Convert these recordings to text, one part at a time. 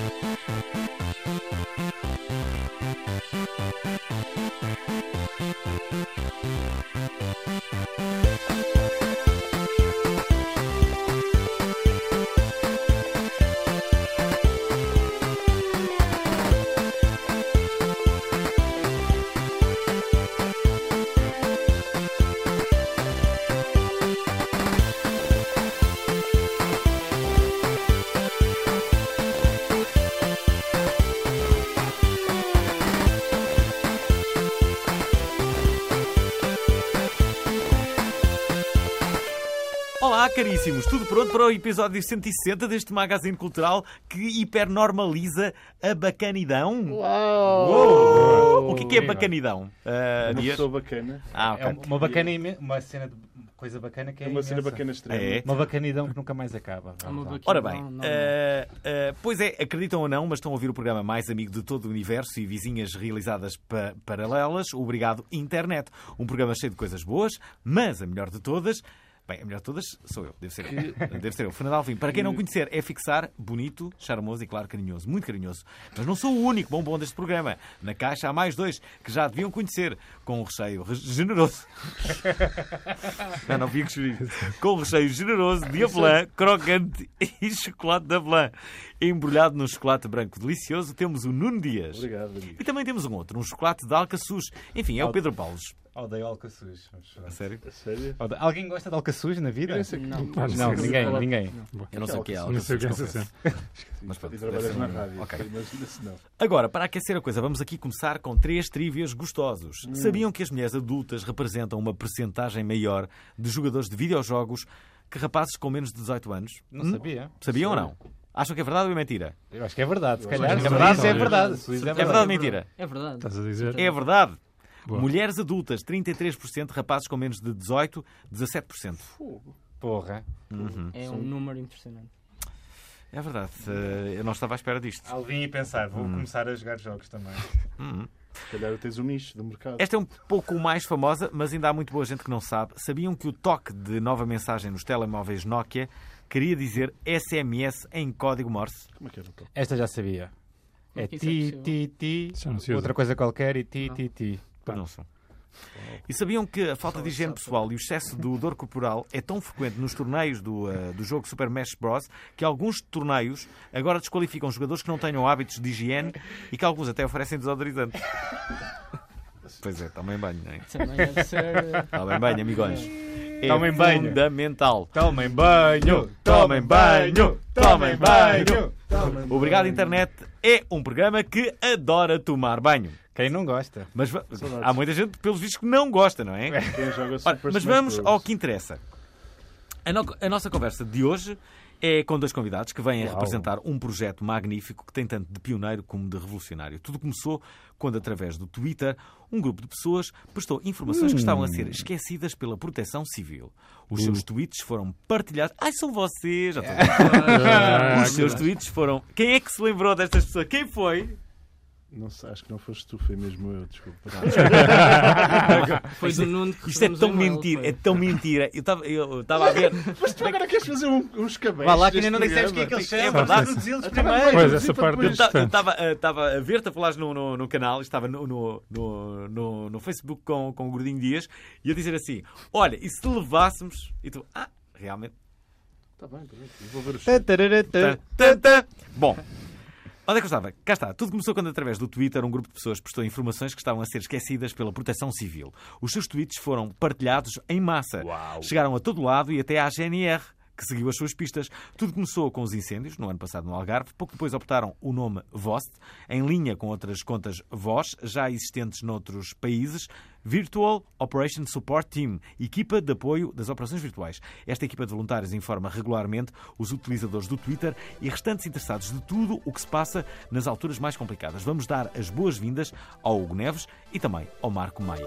Olá, caríssimos! Tudo pronto para o episódio 160 deste magazine cultural que hipernormaliza a bacanidão? Uau! O que é bacanidão? Uma Dias? pessoa bacana. Ok. Uma bacana, uma cena de coisa bacana que é Uma cena imensa. bacana extrema. É. Uma bacanidão que nunca mais acaba. Ora bem, pois é, acreditam ou não, mas estão a ouvir o programa mais amigo de todo o universo e vizinhas realizadas paralelas, Obrigado Internet. Um programa cheio de coisas boas, mas a melhor de todas... Bem, a melhor de todas sou eu, deve ser eu. Fernando Alvim, para quem não conhecer, é fixar, bonito, charmoso e, claro, carinhoso. Muito carinhoso. Mas não sou o único bombom deste programa. Na caixa há mais dois que já deviam conhecer, com um recheio generoso. Não vi que escrevi. Com um recheio generoso de avelã, crocante e chocolate de avelã. Embrulhado num chocolate branco delicioso, temos o Nuno Dias. Obrigado, amigo. E também temos um outro, um chocolate de alcaçuz. Enfim, é o Pedro Paulos. Odeio alcaçuz. A sério? A sério? Alguém gosta de alcaçuz na vida? Não, Ninguém. Eu não sei o que é não sei o que é alcaçuz, essa confesso. cena. Mas pronto, E deve trabalhas ser na um- rádio. Ok. Imagina se não. Agora, para aquecer a coisa, vamos aqui começar com 3 trivias gostosos. Sabiam que as mulheres adultas representam uma percentagem maior de jogadores de videojogos que rapazes com menos de 18 anos? Não sabia. Sabiam ou não? Acham que é verdade ou é mentira? Eu acho que é verdade. Se Eu acho calhar. que é É verdade, verdade. é verdade. É verdade ou mentira? É verdade. Estás a dizer? É verdade. Boa. Mulheres adultas, 33%, rapazes com menos de 18, 17%. Porra. É um número impressionante. É verdade. Eu não estava à espera disto. Alvim e pensar, vou começar a jogar jogos também. Se calhar tens um nicho do mercado. Esta é um pouco mais famosa, mas ainda há muito boa gente que não sabe. Sabiam que o toque de nova mensagem nos telemóveis Nokia queria dizer SMS em código Morse? Como é que era o toque? Esta já sabia. É Isso é ti, possível. ti, ti. Já não se usa. Outra coisa qualquer e ti, ti, ti. Não são. E sabiam que a falta de higiene pessoal e o excesso de odor corporal é tão frequente nos torneios do jogo Super Smash Bros. Que alguns torneios agora desqualificam jogadores que não tenham hábitos de higiene e que alguns até oferecem desodorizante. Pois é, tomem banho, não é? Também deve ser. Tomem banho, amigões. É Tomem banho. fundamental. Tomem banho, tomem banho, tomem banho. Obrigado, Internet é um programa que adora tomar banho. Quem não gosta? Mas há muita gente, pelos vistos, que não gosta, não é? Quem joga Ora, Super mas Smash vamos Bros. ao que interessa. A nossa conversa de hoje é com 2 convidados que vêm a representar um projeto magnífico que tem tanto de pioneiro como de revolucionário. Tudo começou quando, através do Twitter, um grupo de pessoas prestou informações que estavam a ser esquecidas pela Proteção Civil. Os seus tweets foram partilhados... Ai, são vocês! Já estou a ver. Os seus tweets foram... Quem é que se lembrou destas pessoas? Quem foi? Não sei, acho que não foste tu, foi mesmo eu, desculpa. Foi do Nuno que Isto é recebemos tão um e-mail, mentira, foi. é tão mentira. Eu estava a ver... Mas tu agora queres fazer uns cabelos? Vá lá que ainda não dissemos quem é que eles são. É verdade. Vamos introduzi-los Então, primeiro. Pois, essa parte é interessante. Estava a ver-te a falares no canal, estava no Facebook com o Gordinho Dias e a dizer assim: olha, e se levássemos? E tu, realmente. Está bem, eu vou ver os... Bom, onde é que eu estava? Cá está. Tudo começou quando, através do Twitter, um grupo de pessoas prestou informações que estavam a ser esquecidas pela Proteção Civil. Os seus tweets foram partilhados em massa. Chegaram a todo lado e até à GNR, que seguiu as suas pistas. Tudo começou com os incêndios, no ano passado no Algarve. Pouco depois optaram o nome VOST, em linha com outras contas VOS, já existentes noutros países. Virtual Operation Support Team, equipa de apoio das operações virtuais. Esta equipa de voluntários informa regularmente os utilizadores do Twitter e restantes interessados de tudo o que se passa nas alturas mais complicadas. Vamos dar as boas-vindas ao Hugo Neves e também ao Marco Maia.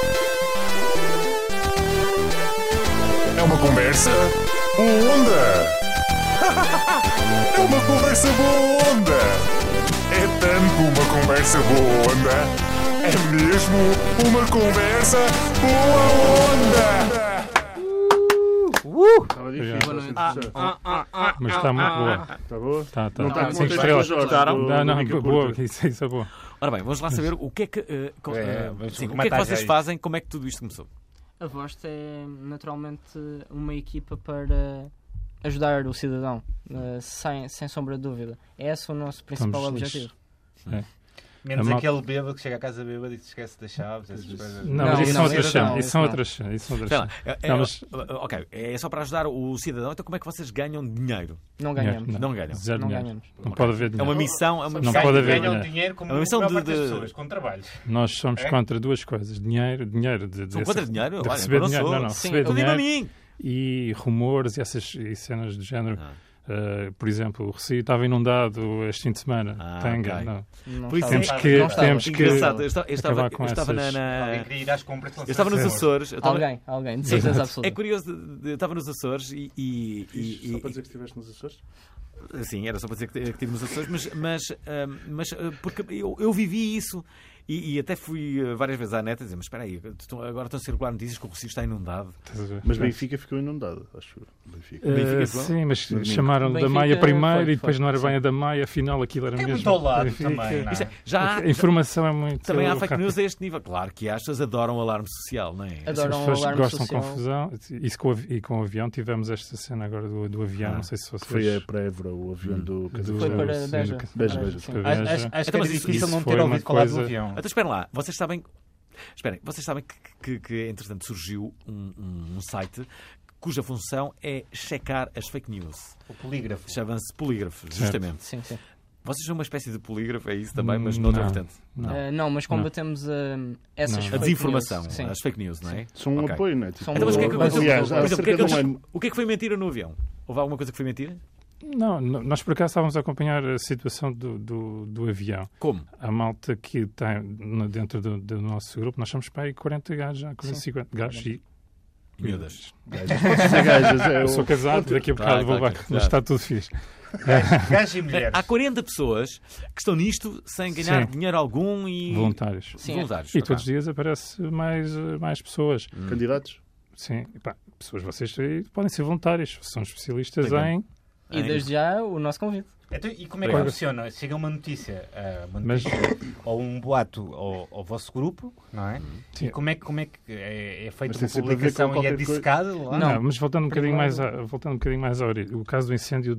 É uma conversa boa onda. É uma conversa boa onda. É tanto uma conversa boa onda. É mesmo uma conversa boa onda. Estava Estava difícil. Boa noite. essa introdução. Mas está muito boa. Está boa? Tá. Não está como 5 o texto estrelas. do Jorge, Gostaram? do- Não, do Bica boa, Curta. isso é boa. Ora bem, vamos lá saber o que é que, vamos sim, o que é que rematar vocês já fazem, como é que tudo isto começou? A Voste é naturalmente uma equipa para ajudar o cidadão, sem sombra de dúvida. É esse o nosso principal Estamos objetivo. Menos A mal- aquele bêbado que chega a casa bêbado e se esquece das chaves, essas coisas. Não, mas isso não, são outras isso cenas. não, Isso são isso outras cenas. Isso são outras Sei lá, cenas. é, Não, mas- ok, é só para ajudar o cidadão, então como é que vocês ganham dinheiro? Não ganhamos. Não ganham. Zero Não dinheiro. ganhamos. Não pode haver É dinheiro. uma missão, é uma Não missão. pode haver Ganham dinheiro. dinheiro como É uma missão a maior parte de- das pessoas, com trabalhos. Nós somos É? contra duas coisas. Dinheiro de São contra dinheiro? de Olha, receber eu não dinheiro. sou. Não, não. Sim, Receber Então diga a dinheiro mim. e rumores e cenas do género. Ah. Por exemplo, o Recife estava inundado este fim de semana. Ok. Não. Não Por isso estava. é- Temos que Engraçado, eu estava acabar com na... Alguém queria ir às compras. Eu estava nos Açores. eu estava- Alguém, de certeza É absoluta. curioso, eu estava nos Açores e Só para dizer que estiveste nos Açores? sim, era só para dizer que estive nos Açores, mas porque eu vivi isso e até fui várias vezes à neta dizer, mas espera aí, agora estão a circular notícias que o Recife está inundado. Mas Benfica ficou inundado, acho. Benfica. Benfica ficou? Sim, mas Domingo. chamaram da Benfica Maia primeiro foi, e depois foi, não era sim. bem a da Maia, afinal aquilo era É mesmo. muito ao lado Benfica. também, não é? Isto é, já A informação é muito. também há fake rápida. news a este nível. Claro que as pessoas adoram alarme social, não é? Adoram As o pessoas alarme gostam de social. confusão. Isso com o avião, tivemos esta cena agora do avião. Não sei se vocês. Foi para Évora, o avião do Foi Casagrande. para sim, Beja. Beja. Sim. para Acho Beja. que era Então, mas difícil isso não foi ter uma ouvido falar do coisa- avião. Então esperem lá, vocês sabem que entretanto surgiu um site cuja função é checar as fake news. O polígrafo. Chama-se Polígrafo, justamente. Sim, sim. Vocês são uma espécie de polígrafo, é isso também, mas noutra Não. vertente. Não. Não, mas combatemos essas Não. A fake desinformação, news. Sim. as fake news, não é? São um Ok. apoio, não é? Tipo, São Então, mas o que é que aconteceu? aliás, Por há exemplo, o que é cerca que de um eles- ano. o que é que foi mentira no avião? Houve alguma coisa que foi mentira? Não, nós por acaso estávamos a acompanhar a situação do avião. Como? A malta que está dentro do nosso grupo, nós somos para aí 40 gajos já, 40, 50 gajos e Miúdas. Pode ser gajas, é, eu sou casado, daqui a bocado vou claro, levar, claro. mas está tudo fixe. Gajos e mulheres. Há 40 pessoas que estão nisto sem ganhar Sim. dinheiro algum e... Voluntários. Sim. Voluntários. E ok. todos os dias aparece mais pessoas. candidatos. Sim, e pá, pessoas, vocês aí podem ser voluntários, são especialistas Bem, em. E desde já o nosso convite. Então, e como é que Claro. funciona? Chega uma notícia, Mas- ou um boato ao vosso grupo, não é? Sim. E como é que é feita Mas uma tem sempre a ver com publicação e é qualquer coisa. dissecada lá? Não. Mas voltando um bocadinho Primeiro- mais à origem, o caso do incêndio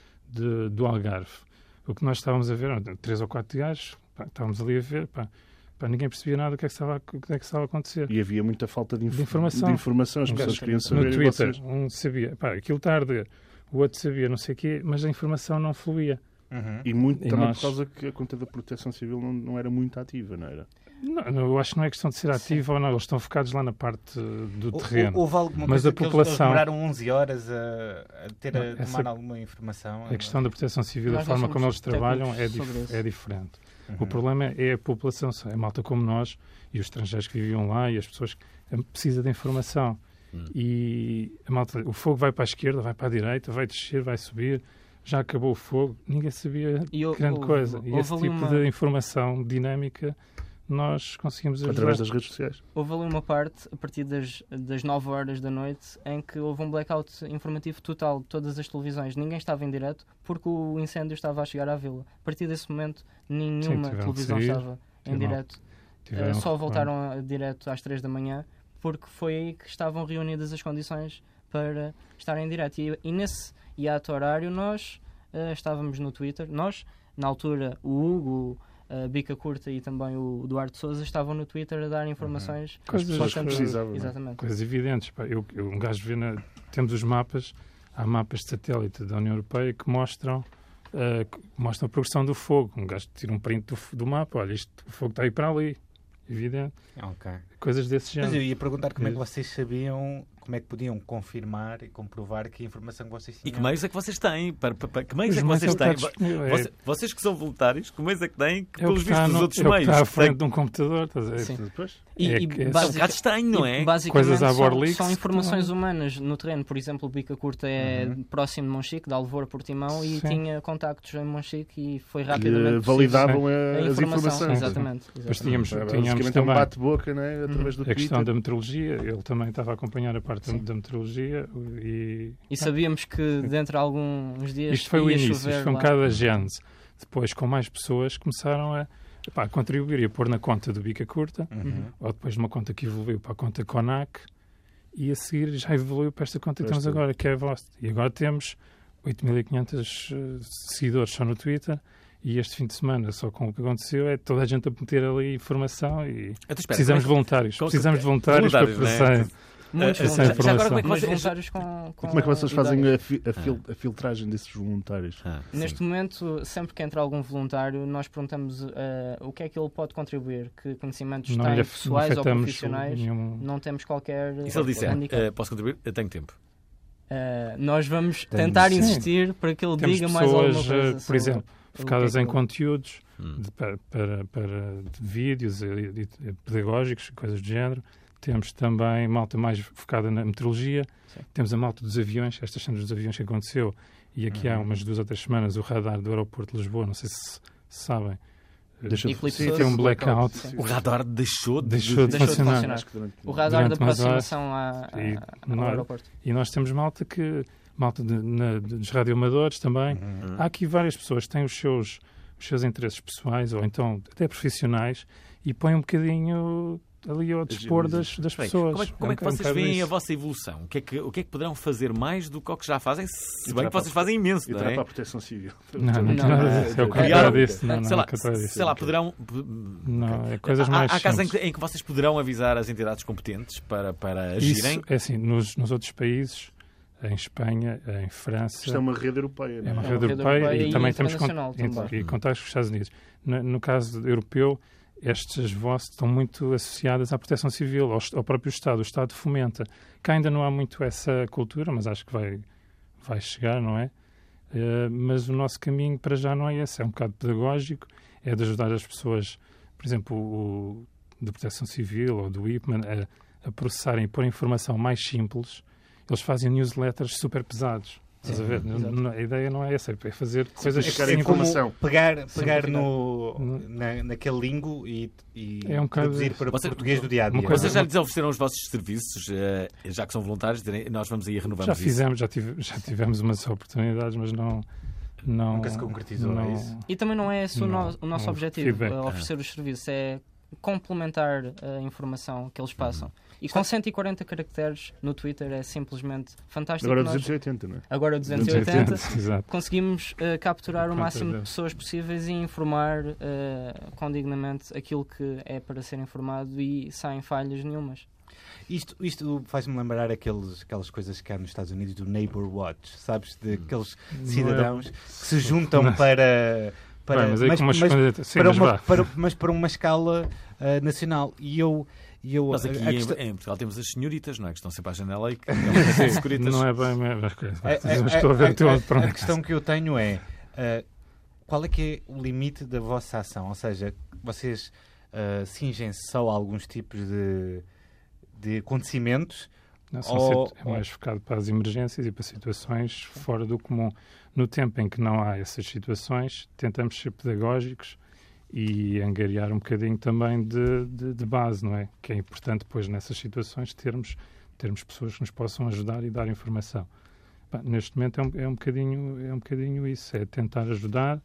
do Algarve, o que nós estávamos a ver, 3 ou 4 gajos, pá, estávamos ali a ver, pá, ninguém percebia nada do que é que estava a acontecer. E havia muita falta de informação. as pessoas queriam No saber. e Twitter, vocês- um sabia, pá, aquilo está a arder, o outro sabia não sei o quê, mas a informação não fluía. Uhum. E muito E também nós- por causa que a conta da Proteção Civil não era muito ativa, não era? Não, eu acho que não é questão de ser ativo ou não, eles estão focados lá na parte do terreno. Houve alguma Mas coisa a que eles população- demoraram 11 horas a Não, tomar essa- alguma informação? A questão da proteção civil, Nós a forma não como eles somos trabalham técnicos sobre isso. é diferente. Uhum. O problema é a população, é a malta como nós e os estrangeiros que viviam lá e as pessoas que precisam de informação. E a malta, o fogo vai para a esquerda, vai para a direita, vai descer, vai subir. Já acabou o fogo, ninguém sabia E grande coisa. E esse ali tipo uma- de informação dinâmica nós conseguimos ajudar. Através das redes sociais. Houve ali uma parte, a partir das 9 horas da noite, em que houve um blackout informativo total de todas as televisões. Ninguém estava em direto porque o incêndio estava a chegar à vila. A partir desse momento, nenhuma tiveram que televisão sair, estava em tiveram- direto. Tiveram Só que- voltaram a direto às 3 da manhã porque foi aí que estavam reunidas as condições para estarem em direto. E nesse hiato horário nós estávamos no Twitter. Nós, na altura, o Hugo, a Bica Curta e também o Duarte Souza estavam no Twitter a dar informações. Coisas pessoas que bastante- precisavam, não é? Exatamente. Coisas evidentes. Pá. Um gajo vê temos os mapas, há mapas de satélite da União Europeia que mostram a progressão do fogo. Um gajo tira um print do mapa, olha, o fogo está aí para ali. Evidente. Ok. Coisas desse Mas género. eu ia perguntar como é que vocês sabiam, como é que podiam confirmar e comprovar que a informação que vocês E tinham... que meios é que vocês têm? Que meios Os é que meios vocês é o que têm? está disponível, Vocês que são voluntários, que meios é que têm? Que É o pelos que está vistos dos no- outros é o que meios. está à frente têm- de um computador. Estás a ver? Sim. Depois? É que É um bocado estranho, não é? Basicamente Coisas à são, Borlix são que informações estão- humanas no terreno. Por exemplo, o Bica Curta é próximo de Monchique, de Alvor a Portimão, e Sim. tinha contactos em Monchique e foi Que rapidamente validavam possível as informações. Exatamente. Depois exatamente. tínhamos Basicamente é um também bate-boca, não é? Através do a questão Twitter. da meteorologia. Ele também estava a acompanhar a parte parte da meteorologia E sabíamos que dentro de alguns dias isto foi o ia início, chover isto foi um lá. bocado a gênese. Depois, com mais pessoas, começaram a contribuir e a pôr na conta do Bica Curta, ou depois numa conta que evoluiu para a conta Conac, e a seguir já evoluiu para esta conta que temos agora, que é a Vost. E agora temos 8.500 seguidores só no Twitter, e este fim de semana, só com o que aconteceu, é toda a gente a meter ali informação e Então, espera, precisamos de voluntários. Precisamos de voluntários para processar. Muitos essa voluntários. Já agora, informação. como é que Muitos vocês... voluntários com Como é que vocês fazem ideias. a filtragem desses voluntários? Neste momento, sempre que entra algum voluntário, nós perguntamos o que é que ele pode contribuir, que conhecimentos Não tem, lhe pessoais ou afetamos profissionais. nenhum... Não temos qualquer E se ele disser, handicap. posso contribuir? Eu tenho tempo. Nós vamos tentar Sim. insistir para que ele Temos diga mais alguma pessoas, coisa por sobre exemplo, o que focadas é em que conteúdos de vídeos e pedagógicos, coisas do género. Temos também malta mais focada na meteorologia. Sim. Temos a malta dos aviões, esta cena dos aviões que aconteceu, e aqui há umas 2 ou 3 semanas o radar do aeroporto de Lisboa, não sei se sabem, Eclipsou-se. tem um blackout. O radar deixou de funcionar. Acho que durante- O radar da Durante umas horas. aproximação ao Não é? aeroporto. E nós temos malta dos radioamadores também. Há aqui várias pessoas que têm os seus interesses pessoais ou então até profissionais e põem um bocadinho ali ao dispor das pessoas. Como é que vocês bocado veem isso. a vossa evolução? O que é que poderão fazer mais do que o que já fazem? Se bem Entrar que vocês fazem imenso, não Entrar é? para a proteção civil. Não tem Não, nada disso. É o Criaram- contrário disso. Não, sei lá, é o contrário disso. sei lá, poderão... Não, é coisas mais Há casos simples. em que vocês poderão avisar as entidades competentes para agirem? Isso, é assim, nos outros países, em Espanha, em França... Isto é uma rede europeia, É não uma é? rede europeia e e também temos internacional também. contactos com os Estados Unidos. No caso europeu, estas vozes estão muito associadas à proteção civil, ao próprio Estado. O Estado fomenta. Cá ainda não há muito essa cultura, mas acho que vai chegar, não é? Mas o nosso caminho para já não é esse. É um bocado pedagógico, é de ajudar as pessoas, por exemplo, o de proteção civil ou do IPMAN, a processarem e pôr informação mais simples. Eles fazem newsletters super pesados. Estás a ver? A ideia não é essa, é fazer coisas é simples. como- informação. Pegar Simplificar. naquele lingo e É um bocado traduzir isso. para Vocês- português do dia-a-dia. uma coisa- Vocês já lhes ofereceram os vossos serviços, já que são voluntários, dizerem, nós vamos aí renovar Já isso? fizemos, já tivemos umas oportunidades, mas não Nunca se concretizou, não, é isso? E também não é esse o Não, nosso não, objetivo, feedback. oferecer os serviços, é complementar a informação que eles passam. E com 140 caracteres no Twitter é simplesmente fantástico. Agora Nós- 280, não é? agora 280, Exato. conseguimos capturar o Conta máximo de dele. pessoas possíveis e informar condignamente aquilo que é para ser informado e sem falhas nenhumas. Isto faz-me lembrar aquelas coisas que há nos Estados Unidos do Neighbor Watch, sabes? Daqueles cidadãos que se juntam para... Bem, mas aí com umas coisas- sim, para mas uma, vá. mas para uma escala nacional. E eu Nós aqui a questão- em Portugal temos as senhoritas, não é? Que estão sempre à janela e que são securitas. Não é bem a mesma coisa. a- Mas estou a ver o teu a pronto. questão que eu tenho é qual é que é o limite da vossa ação? Ou seja, vocês cingem-se só a alguns tipos de acontecimentos? Não, é mais focado para as emergências e para situações fora do comum. No tempo em que não há essas situações, tentamos ser pedagógicos e angariar um bocadinho também de base, não é? Que é importante depois nessas situações termos pessoas que nos possam ajudar e dar informação. Pá, neste momento é um bocadinho isso, é tentar ajudar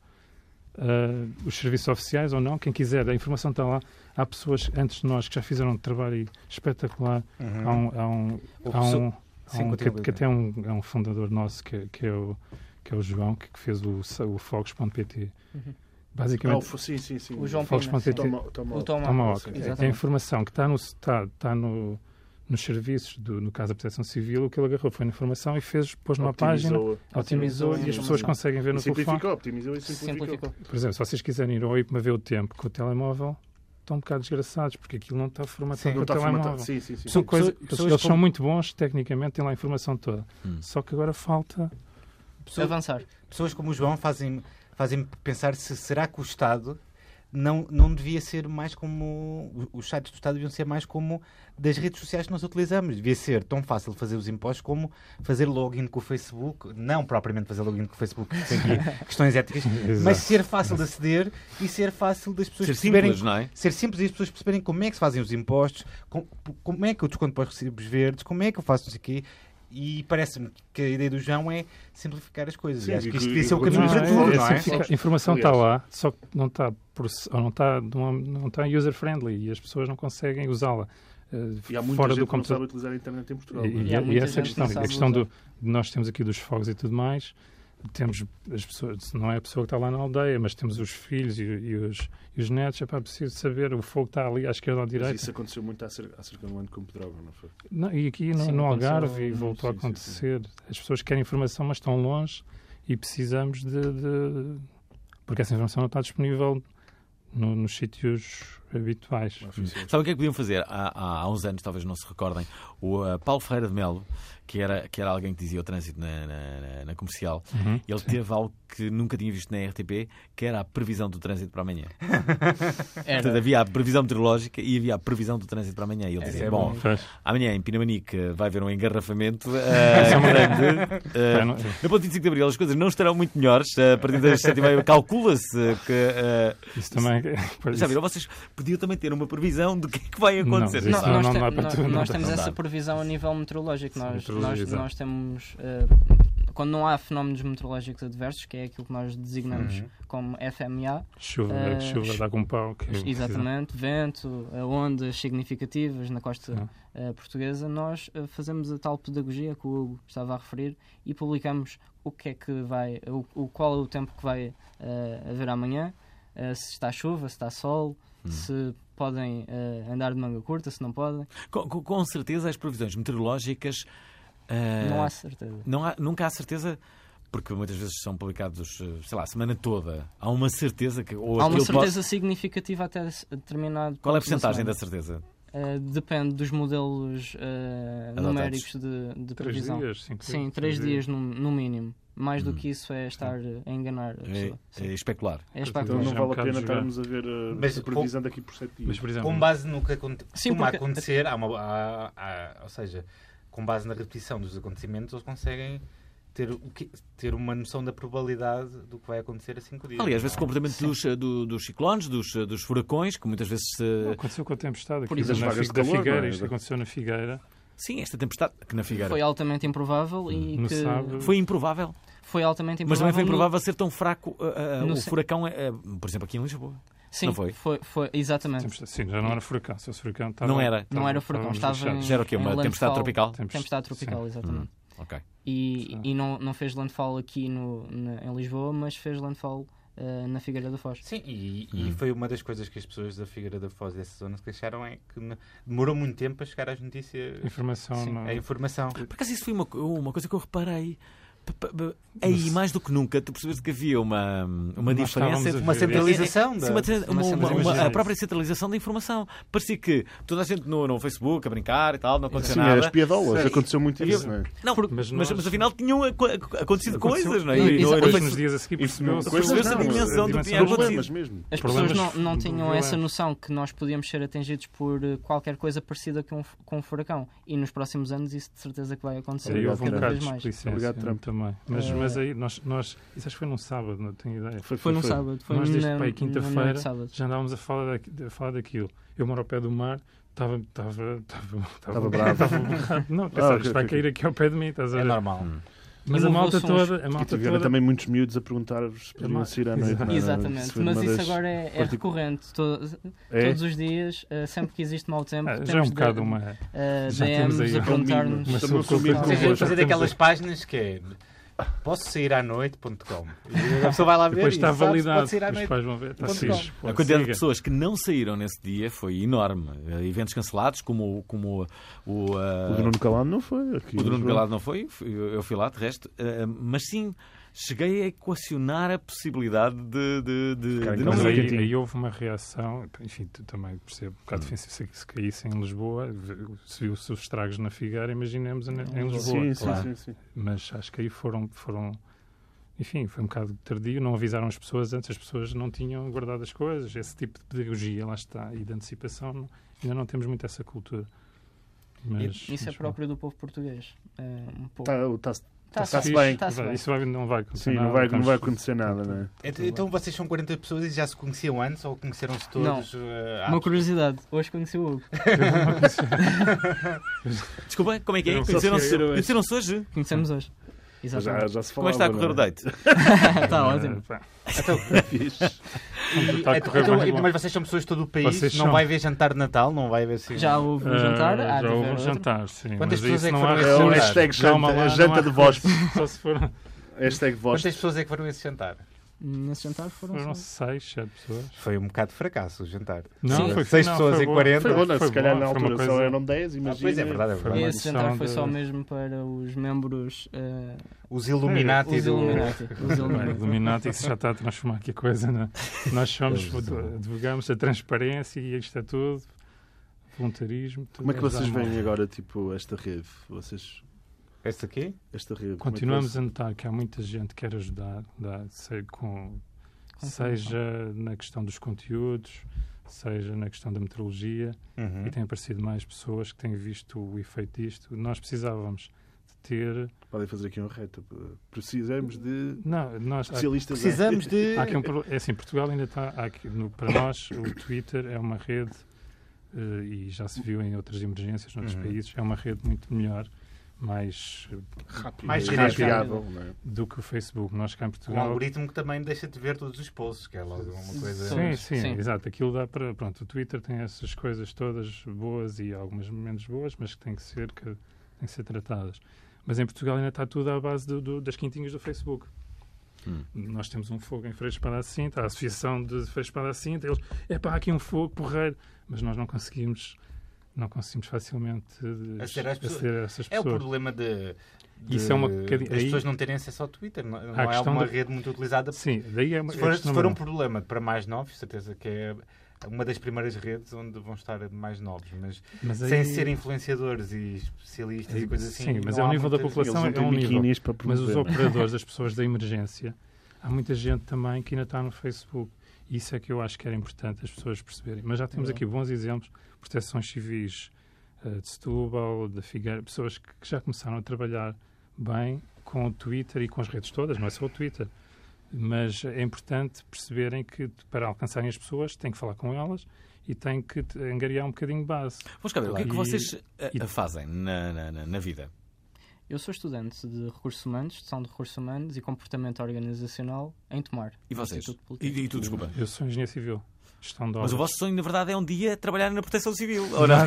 os serviços oficiais ou não, quem quiser, a informação está lá. Há pessoas antes de nós que já fizeram um trabalho espetacular. Há um que até é um fundador nosso que é o João, que fez o Fogos.pt. Basicamente, Sim. O João Fogos.pt. Toma O Tom Toma Alves, ok. exatamente. É a informação que está nos serviços, no caso da Proteção Civil, o que ele agarrou foi na informação e pôs numa página, otimizou e as pessoas conseguem ver no telefone. Simplificou, optimizou e simplificou. Simplificou. Por exemplo, se vocês quiserem ir ao IPMA ver o tempo com o telemóvel, estão um bocado desgraçados, porque aquilo não está formatado Não com o está telemóvel. formatado. Sim. São coisas, pessoas eles com- são muito bons tecnicamente, têm lá a informação toda. Só que agora falta... Avançar. Pessoas como o João fazem pensar se será que o Estado não devia ser mais como... Os sites do Estado deviam ser mais como das redes sociais que nós utilizamos. Devia ser tão fácil fazer os impostos como fazer login com o Facebook. Não propriamente fazer login com o Facebook, tem aqui questões éticas, mas ser fácil de aceder e ser fácil das pessoas perceberem... Simples, não é? Ser simples e as pessoas perceberem como é que se fazem os impostos, como é que eu desconto para os recibos verdes, como é que eu faço isso aqui. E parece-me que a ideia do João é simplificar as coisas. Sim, e acho que isto e devia ser o não, caminho para tudo, não é? A informação está lá, só que não está user-friendly e as pessoas não conseguem usá-la. E há muita fora gente do que não sabe computador. utilizar a internet em Portugal. E há muita essa gente questão, que a sabe questão usar. nós temos aqui dos fogos e tudo mais, temos as pessoas, não é a pessoa que está lá na aldeia, mas temos os filhos e os netos, é preciso saber, o fogo está ali à esquerda ou à Mas direita. isso aconteceu muito há cerca de um ano com Pedrógão, não foi? Não, e aqui Sim, no aconteceu Algarve voltou a sim, acontecer. As pessoas querem informação, mas estão longe e precisamos de... Porque essa informação não está disponível nos sítios habituais. Sabe o que é que podiam fazer? Há uns anos, talvez não se recordem, o Paulo Ferreira de Melo, que era alguém que dizia o trânsito na comercial, ele teve algo que nunca tinha visto na RTP, que era a previsão do trânsito para amanhã. Portanto, havia a previsão meteorológica e havia a previsão do trânsito para amanhã. E ele dizia, bom, amanhã em Pinamanique vai haver um engarrafamento grande. No ponto 25 de Abril as coisas não estarão muito melhores. A partir das 7h30 calcula-se que... Isso também... Já viram? Vocês podiam também ter uma previsão do que é que vai acontecer. Nós temos essa previsão a nível meteorológico. Nós temos... quando não há fenómenos meteorológicos adversos, que é aquilo que nós designamos como FMA. Chuva dá com pau. Exatamente, vento, ondas significativas na costa portuguesa, nós fazemos a tal pedagogia que o Hugo estava a referir e publicamos o que é que vai, qual é o tempo que vai haver amanhã, se está chuva, se está sol, se podem andar de manga curta, se não podem. Com certeza as previsões meteorológicas... não há certeza. Nunca há certeza, porque muitas vezes são publicados, sei lá, a semana toda. Há uma certeza que... Há uma certeza significativa até determinado... Qual é a porcentagem da certeza? Depende dos modelos numéricos de previsão. 3 dias, 5 dias. Sim, 3 dias no mínimo. Mais do que isso é estar a enganar a pessoa. É especular. Então não vale a pena estarmos a ver a previsão daqui por 7 dias. Mas, por exemplo, com base no que costuma porque... acontecer, ou seja, com base na repetição dos acontecimentos, eles conseguem ter uma noção da probabilidade do que vai acontecer a 5 dias. Aliás, esse comportamento dos ciclones, dos furacões, que muitas vezes... aconteceu com a tempestade por aqui exemplo, da Figueira. Isto aconteceu na Figueira. Sim, esta tempestade que na Figueira... Foi altamente improvável e no que... sábado. Foi improvável. Foi altamente Mas improvável. também foi improvável ser tão fraco o furacão, por exemplo, aqui em Lisboa. Sim, não foi? Foi exatamente. Sim, já não era furacão. Se fosse furacão, estava... Não era furacão, estava já era o quê? Uma tempestade tropical? Tempestade tropical, exatamente. Ok. E não fez landfall aqui em Lisboa, mas fez landfall na Figueira da Foz. Sim, e foi uma das coisas que as pessoas da Figueira da Foz dessa zona se queixaram, é que demorou muito tempo a chegar às notícias. A informação. Por acaso isso foi uma coisa que eu reparei. Aí, mais do que nunca, tu percebeste que havia uma diferença, uma centralização a própria centralização da informação. Parecia que toda a gente no Facebook a brincar e tal, não acontecia nada. Sim, as piadolas, aconteceu muito isso, não é? Não, mas afinal tinham acontecido coisas, não é? Nos dias a seguir percebeu-se a dimensão do que tinha acontecido. As pessoas não tinham essa noção que nós podíamos ser atingidos por qualquer coisa parecida com um furacão. E nos próximos anos isso de certeza que vai acontecer cada vez mais. Obrigado, Trump. Mas aí, nós isso acho que foi num sábado, não tenho ideia. Foi num sábado. Nós desde para aí quinta-feira já andávamos a falar daquilo. Eu moro ao pé do mar, estava bravo. Não, pensava, isto vai cair aqui ao pé de mim, estás a ver? É normal. Mas a malta toda... E tiveram também muitos miúdos a perguntar se podiam sair à noite. Exatamente, mas isso agora é recorrente. Todos os dias, sempre que existe mau tempo, já é um bocado uma... DMs a perguntar-nos... Fazer daquelas páginas que é... Posso sair à noite.com. A pessoa vai lá ver depois está validado. Pode sair à noite. Depois vão ver. Está fixe. A quantidade de pessoas que não saíram nesse dia foi enorme. Eventos cancelados, como o Nuno Calado não foi. O Nuno Calado não foi. Eu fui lá, de resto. Mas sim, cheguei a equacionar a possibilidade de não mas ir. aí houve uma reação, enfim, tu também percebo, um bocado defensivo, se caísse em Lisboa, se viu-se os estragos na Figueira, imaginemos em Lisboa. Sim. Mas acho que aí foram enfim, foi um bocado tardio, não avisaram as pessoas antes, as pessoas não tinham guardado as coisas, esse tipo de pedagogia, lá está, e de antecipação, ainda não temos muito essa cultura. Mas, Isso é próprio do povo português. Um pouco. Está-se bem. Isso não vai acontecer Sim, nada. não vai acontecer nada, não é? Então vocês são 40 pessoas e já se conheciam antes ou conheceram-se todos? Uma curiosidade, hoje conheci o Hugo. Desculpa, como é que é? Eu não sei Conheceram-se hoje? Conhecemos hoje. Exatamente. Já se Como é que está a correr o date? Está ótimo. Mas vocês são pessoas de todo o país, Vocês não são. vai haver jantar de Natal, não vai haver assim... Já houve um jantar, há de já houve haver um outro. jantar, sim. Quantas mas pessoas isso é que não foram há a esse É o jantar? hashtag Calma lá, janta não de há voz. Só se for... Hashtag voz. Quantas pessoas é que foram a esse jantar? Nesse jantar foram Foram só. 6, 7 pessoas. Foi um bocado de fracasso o jantar. Não, Sim. foi 6 não, pessoas foi em boa. 40. Foi bom, Foi se calhar bom, na foi uma altura coisa- só eram 10, imagina. Pois é verdade, é verdade. Uma Esse jantar foi de- só mesmo para os membros. Os Illuminati Os do... Illuminati. Os Illuminati. Illuminati, isso já está a transformar aqui a coisa, né? Nós somos, advogamos a transparência e isto é tudo, voluntarismo. Tudo Como é que vocês ajudar. veem agora, tipo, esta rede? Este aqui? Esta rede. Continuamos a notar que há muita gente que quer ajudar, seja na questão dos conteúdos, seja na questão da meteorologia, Uhum. e têm aparecido mais pessoas que têm visto o efeito disto. Nós precisávamos de ter... Podem fazer aqui um reto. Precisamos de Não, nós... especialistas. Precisamos de... Há aqui é assim, Portugal ainda está... para nós, o Twitter é uma rede, e já se viu em outras emergências, noutros países, é uma rede muito melhor, mais Mais rastreável, não é? do que o Facebook. Nós cá em Um Portugal... algoritmo que também deixa de ver todos os posts, que é logo uma coisa... Sim, Sim. exato. Aquilo dá para... Pronto, o Twitter tem essas coisas todas boas e algumas menos boas, mas que têm que ser tratadas. Mas em Portugal ainda está tudo à base das quintinhas do Facebook. Nós temos um fogo em Freixo Espada à Cinta, a Associação de Freixo Espada à Cinta, eles, há aqui um fogo porreiro, mas nós não conseguimos facilmente Aceder às pessoas. aceder a essas É o pessoas. problema de Isso é uma bocadinho- das aí- pessoas não terem acesso ao Twitter. Não a é questão uma da- rede muito utilizada. Sim, daí é uma Se for questão um problema para mais novos, certeza que é uma das primeiras redes onde vão estar mais novos, mas aí- sem ser influenciadores e especialistas e coisas assim. Sim, mas não é o há nível da muitas- população, Eles é não um têm nível. biquinis para Mas os promover, não é? operadores, as pessoas da emergência, há muita gente também que ainda está no Facebook. Isso é que eu acho que era importante as pessoas perceberem. Mas já temos aqui bons exemplos, proteções civis de Setúbal, da Figueira, pessoas que já começaram a trabalhar bem com o Twitter e com as redes todas, não é só o Twitter. Mas é importante perceberem que para alcançarem as pessoas têm que falar com elas e têm que angariar um bocadinho de base. Vamos cá ver, o que é que E- vocês e- fazem na vida? Eu sou estudante de recursos humanos, gestão de recursos humanos e comportamento organizacional em Tomar. E vocês? Instituto Politécnico. E tu, desculpa. Eu sou engenheiro civil, gestão de obras. Mas o vosso sonho, na verdade, é um dia trabalhar na Proteção Civil. Ou não?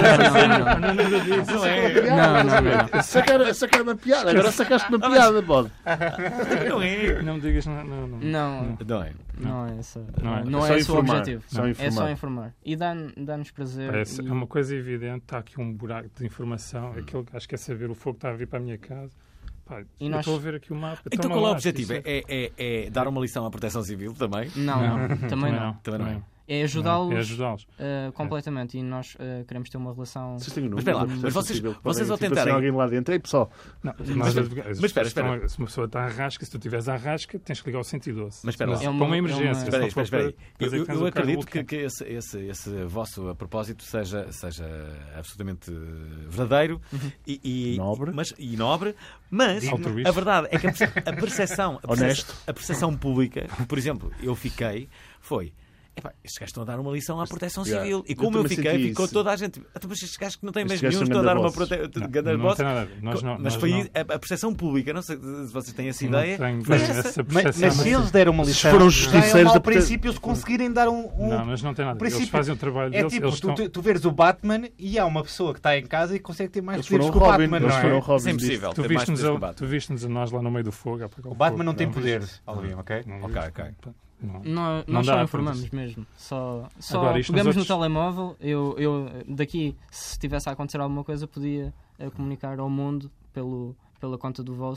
Não é? Não. Sacar uma piada. Agora sacaste uma piada, pode. Não é. Não me digas... Não. Não é. não é esse, Não é. não Só é esse o informar. objetivo. Só É informar. só informar. E dá-nos prazer. É uma coisa evidente, está aqui um buraco de informação. Aquilo, acho que é saber o fogo está a vir para a minha casa. Pá, E eu nós- estou a ver aqui o mapa. Então toma qual é o lá, objetivo? isso É dar uma lição à Proteção Civil também? Não, também não. Também não é. É ajudá-los É ajudá-los. completamente. E nós queremos ter uma relação. Vocês têm o Mas número espera lá, da mas Proteção vocês- Civil que vocês podem, ao tipo, tentarem- assim, alguém lá dentro. Ei, pessoal, Não, mas espera. Se uma pessoa está à rasca, se tu estiveres à rasca, tens que ligar ao 112. Mas espera lá. É uma- para uma é uma- emergência. Espera aí, se não for espera aí. para- depois é que tens Eu o carro acredito bloqueado. que esse vosso a propósito seja absolutamente verdadeiro e Nobre. mas Altruísta. a verdade é que a percepção Honesto. a percepção pública, por exemplo, eu fiquei, foi... Epá, estes gajos estão a dar uma lição à Proteção Yeah. Civil. E Eu como eu também fiquei, senti ficou isso. toda a gente. Então, mas estes gajos que não têm Estes bens gajos nenhum são estão a dar uma gandabosses. proteção. Não tem nada a ver. Nós não- Mas nós foi não- a percepção pública, não sei se vocês têm essa não ideia. tenho foi bem essa. essa Mas percepção. se eles deram uma lição, foram já é justiceiros um mau da- princípio eles conseguirem dar um Não, mas não tem nada. princípio. Eles fazem o trabalho É deles. tipo, eles estão... tu veres o Batman e há uma pessoa que está em casa e consegue ter mais Eles poderes foram que o Robin. Batman, Eles não é? foram Isso é Robin. impossível. Tu ter mais viste-nos poderes que o a, Batman. tu viste-nos a nós lá no meio do fogo. O Batman não tem poderes, alguém, ok? Não, Ok, ok. não. Nós Não só dá, informamos mesmo. Só Agora, isto pegamos nos no outros- telemóvel. Eu daqui, se tivesse a acontecer alguma coisa, podia comunicar ao mundo pela conta do Vost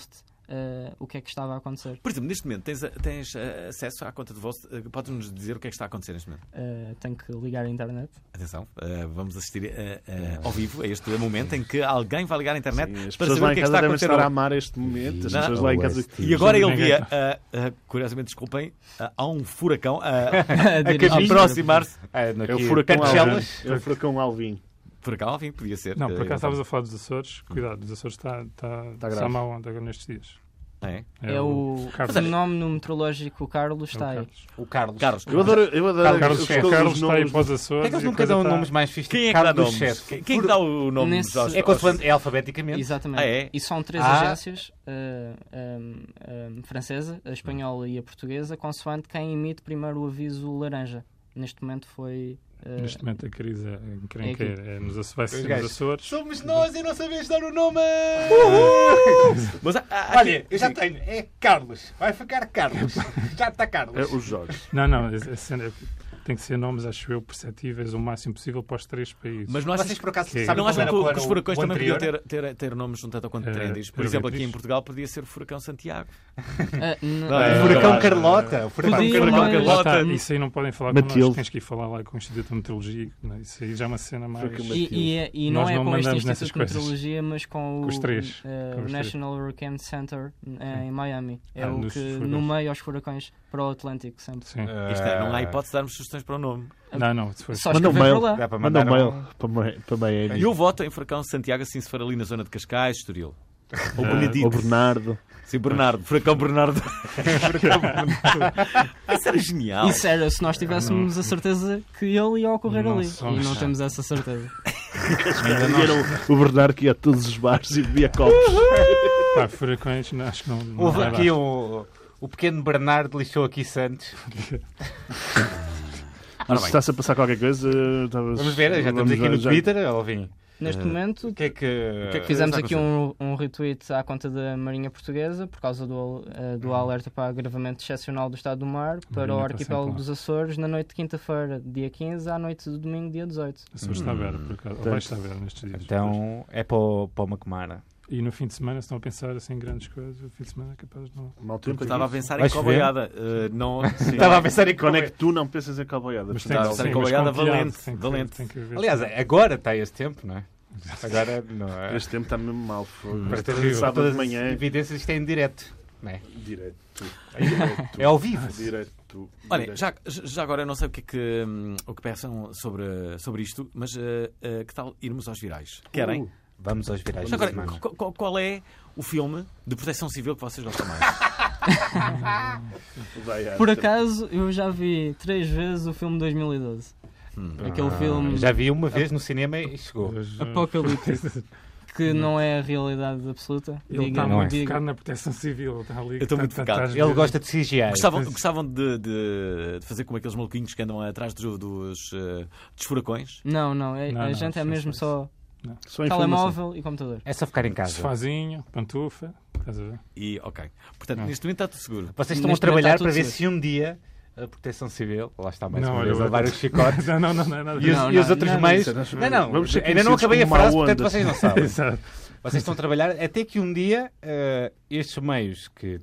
o que é que estava a acontecer. Por exemplo, neste momento tens acesso à conta de voz. Podes-nos dizer o que é que está a acontecer neste momento? Tenho que ligar a internet. Atenção, vamos assistir ao vivo a este momento em que alguém vai ligar a internet Sim, as para pessoas saber lá o em que é que casa está a devem acontecer. estar a amar este momento. As Não. pessoas lá em casa. E agora ele Ninguém. via, curiosamente, desculpem, há um furacão a dirigir. aproximar-se. É o furacão Alvin. É o furacão Alvin. Furacão, enfim, podia ser. Não, por acaso estavas a falar dos Açores. Cuidado, os Açores está grave. a má onda agora nestes dias. É. É o Carlos. fenómeno meteorológico Carlos está aí. O Carlos. Carlos, Eu adoro Carlos os está aí nomes. para os Açores. Por que é que eles e a nunca coisa dão está- nomes mais fixos? quem é que dá Carlos nomes? Chefe. Quem é que dá o nome Nesse- aos- É consoante, é alfabeticamente. Exatamente. Ah, é? E são 3 Ah. agências, a francesa, a espanhola e a portuguesa, consoante quem emite primeiro o aviso laranja. Neste momento foi... Neste momento a crise É aqui. vai ser nos Açores. Somos nós e não sabemos dar o nome! Mas Olha, eu já tenho. É Carlos. Vai ficar Carlos. Já está Carlos. É os jogos. Não, tem que ser nomes, acho eu, perceptíveis o máximo possível para os 3 países. Mas não achas Vocês por acaso que- sabem não qual acham era que, qual que era os o furacões também anterior? podiam ter nomes um tanto quanto trendies? Por era exemplo, aqui Beatriz. em Portugal podia ser o Furacão Santiago. Não, é? Furacão Claro. Carlota. O Furacão Podia, Carlota. mas- Carlota. Tá, isso aí não podem falar Matilde. connosco, tens que ir falar lá com o Instituto de Meteorologia. Né? Isso aí já é uma cena mais. Foi que E Nós não é não com este mandamos nessas Instituto de coisas. Meteorologia, mas com Com os três. o Com os três. National Hurricane Center em Miami. É o nos que furacões. nomeia os furacões para o Atlântico sempre. Sim. Isto é, não há hipótese de darmos sugestões para o nome. Não, se for Só Manda um escrever mail. para lá. Dá para Manda um mandar mail para Miami. E eu voto em Furacão Santiago assim se for ali na zona de Cascais, Estoril. Ou Ou Benedito. Bernardo. Sim, Bernardo. Furacão Bernardo. Isso era genial. Isso era se nós tivéssemos a certeza que ele ia ocorrer Não ali. somos. E não temos essa certeza. E era o Bernardo que ia a todos os bares e bebia copos. Pá, furacões, não, acho que não. Houve vai aqui dar. o pequeno Bernardo lixou aqui Santos. Mas se está-se a passar qualquer coisa. Vamos ver, já estamos aqui no Twitter, Alvin. Neste momento, O que é que fizemos está a aqui um retweet à conta da Marinha Portuguesa por causa do alerta para agravamento excepcional do estado do mar para o Marinha está arquipélago sempre lá. dos Açores na noite de quinta-feira, dia 15, à noite de domingo, dia 18. Açores está aberto, por acaso. Ou vai estar aberto nestes dias. Então é para o Macumara. E no fim de semana, se estão a pensar assim em grandes coisas, o fim de semana é capaz de não. Mau tempo. Estava a pensar em Vais ver? coboiada. Não, Estava a pensar em Quando é que tu não pensas em cowboyada? Mas Tá, tem que sim, ser com mas olhada com cuidado, valente, tem que- valente. tem que haver- Aliás, agora está esse tempo, não é? Agora não é. Este tempo está mesmo mal. Fogo. Para ter Sábado de todas as manhã. evidências, isto é em direto. Não é? Direto. É ao vivo. Direto. Olha, Direto. já agora eu não sei o que pensam sobre isto, mas que tal irmos aos virais? Querem? Vamos aos virais Já da agora, semana. qual é o filme de proteção civil que vocês gostam mais? Vai, Por acaso, eu já vi 3 vezes o filme 2012. Aquele filme Já vi uma vez no cinema e chegou. Hoje, apocalíptico, que não é a realidade absoluta. Ele está não é. muito focado na proteção civil. Ele está ali. Eu estou muito focado. Ele gosta de CGI. Gostavam de fazer como aqueles maluquinhos que andam atrás dos furacões? Não, Não, a gente é não, mesmo não. só Só informação. telemóvel e computador. É só ficar em casa. Sofazinho, pantufa. Estás a ver? E, ok. Portanto, Não. neste momento está tudo seguro. Vocês estão a Neste momento trabalhar está tudo para ver certo. se um dia a Proteção Civil, lá está mais Não, uma olha, vez a eu- levar os chicotes, Não, não é nada e os, Não, e os não, outros não, meios. isso é- Não, vamos ser ainda não conhecidos acabei a como frase, má portanto onda. vocês não sabem. Exato. Vocês estão a trabalhar até que um dia estes meios que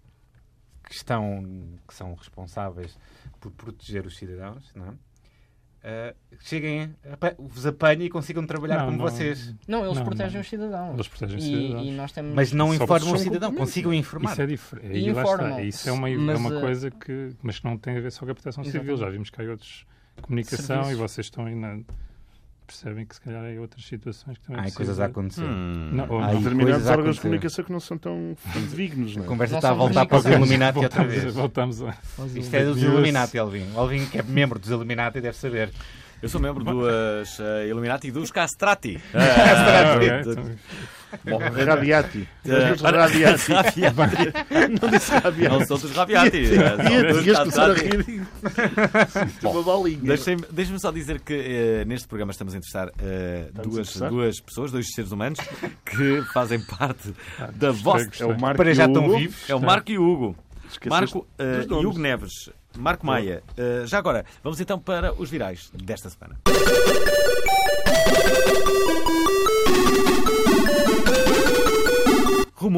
são responsáveis por proteger os cidadãos, não é? Cheguem, vos apanhem e consigam trabalhar Não, como não. vocês. Não, eles Não, protegem não. os cidadãos. Eles protegem os E cidadãos. nós temos... Mas não Só informam são o cidadão, consigam informar. Isso é diferente. E E lá está. informam-se, Isso é uma mas, coisa que. Mas que não tem a ver só com a proteção civil. Exatamente. Já vimos que há outros. Comunicação Serviços. e vocês estão ainda. Percebem que se calhar há outras situações que também Há é coisas a preciso- acontecer. Não, ou Há não. aí Determinados coisas a órgãos de acontecer. comunicação que não são tão dignos, A não é? conversa Não está a são voltar para os comunicações. Illuminati outra vez. Voltamos a. Isto é dos Illuminati, Alvin. O Alvin, que é membro dos Illuminati, deve saber. Eu sou membro dos Illuminati e dos Castrati. Ok, então, Bom, Radiati. eh, Radiati. Rabiati. Não disse Radiati. Não são dos Rabiati. Ias começar a rir. Uma bolinha. Deixem-me só dizer que neste programa estamos a entrevistar duas pessoas, dois seres humanos que fazem parte da vossa. É o Marco Para e já o estão Hugo. vivos. É o Marco e o Hugo. Esqueceste Marco dos e nomes. Hugo Neves. Marco Maia. Já agora, vamos então para os virais desta semana.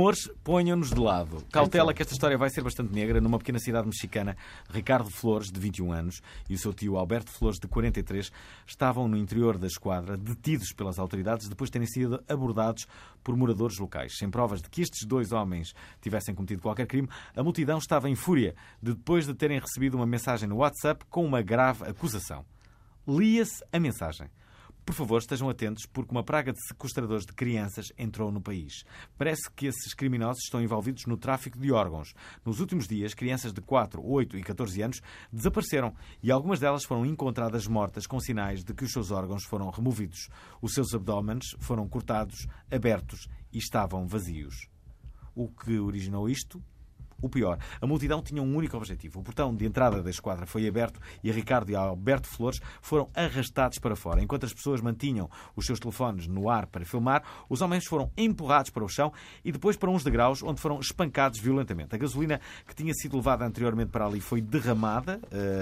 Amores, ponham-nos de lado. Cautela que esta história vai ser bastante negra. Numa pequena cidade mexicana, Ricardo Flores, de 21 anos, e o seu tio Alberto Flores, de 43, estavam no interior da esquadra, detidos pelas autoridades depois de terem sido abordados por moradores locais. Sem provas de que estes dois homens tivessem cometido qualquer crime, a multidão estava em fúria depois de terem recebido uma mensagem no WhatsApp com uma grave acusação. Lia-se a mensagem. Por favor, estejam atentos, porque uma praga de sequestradores de crianças entrou no país. Parece que esses criminosos estão envolvidos no tráfico de órgãos. Nos últimos dias, crianças de 4, 8 e 14 anos desapareceram e algumas delas foram encontradas mortas com sinais de que os seus órgãos foram removidos. Os seus abdômenes foram cortados, abertos e estavam vazios. O que originou isto? O pior, a multidão tinha um único objetivo. O portão de entrada da esquadra foi aberto e Ricardo e Alberto Flores foram arrastados para fora. Enquanto as pessoas mantinham os seus telefones no ar para filmar, os homens foram empurrados para o chão e depois para uns degraus onde foram espancados violentamente. A gasolina que tinha sido levada anteriormente para ali foi derramada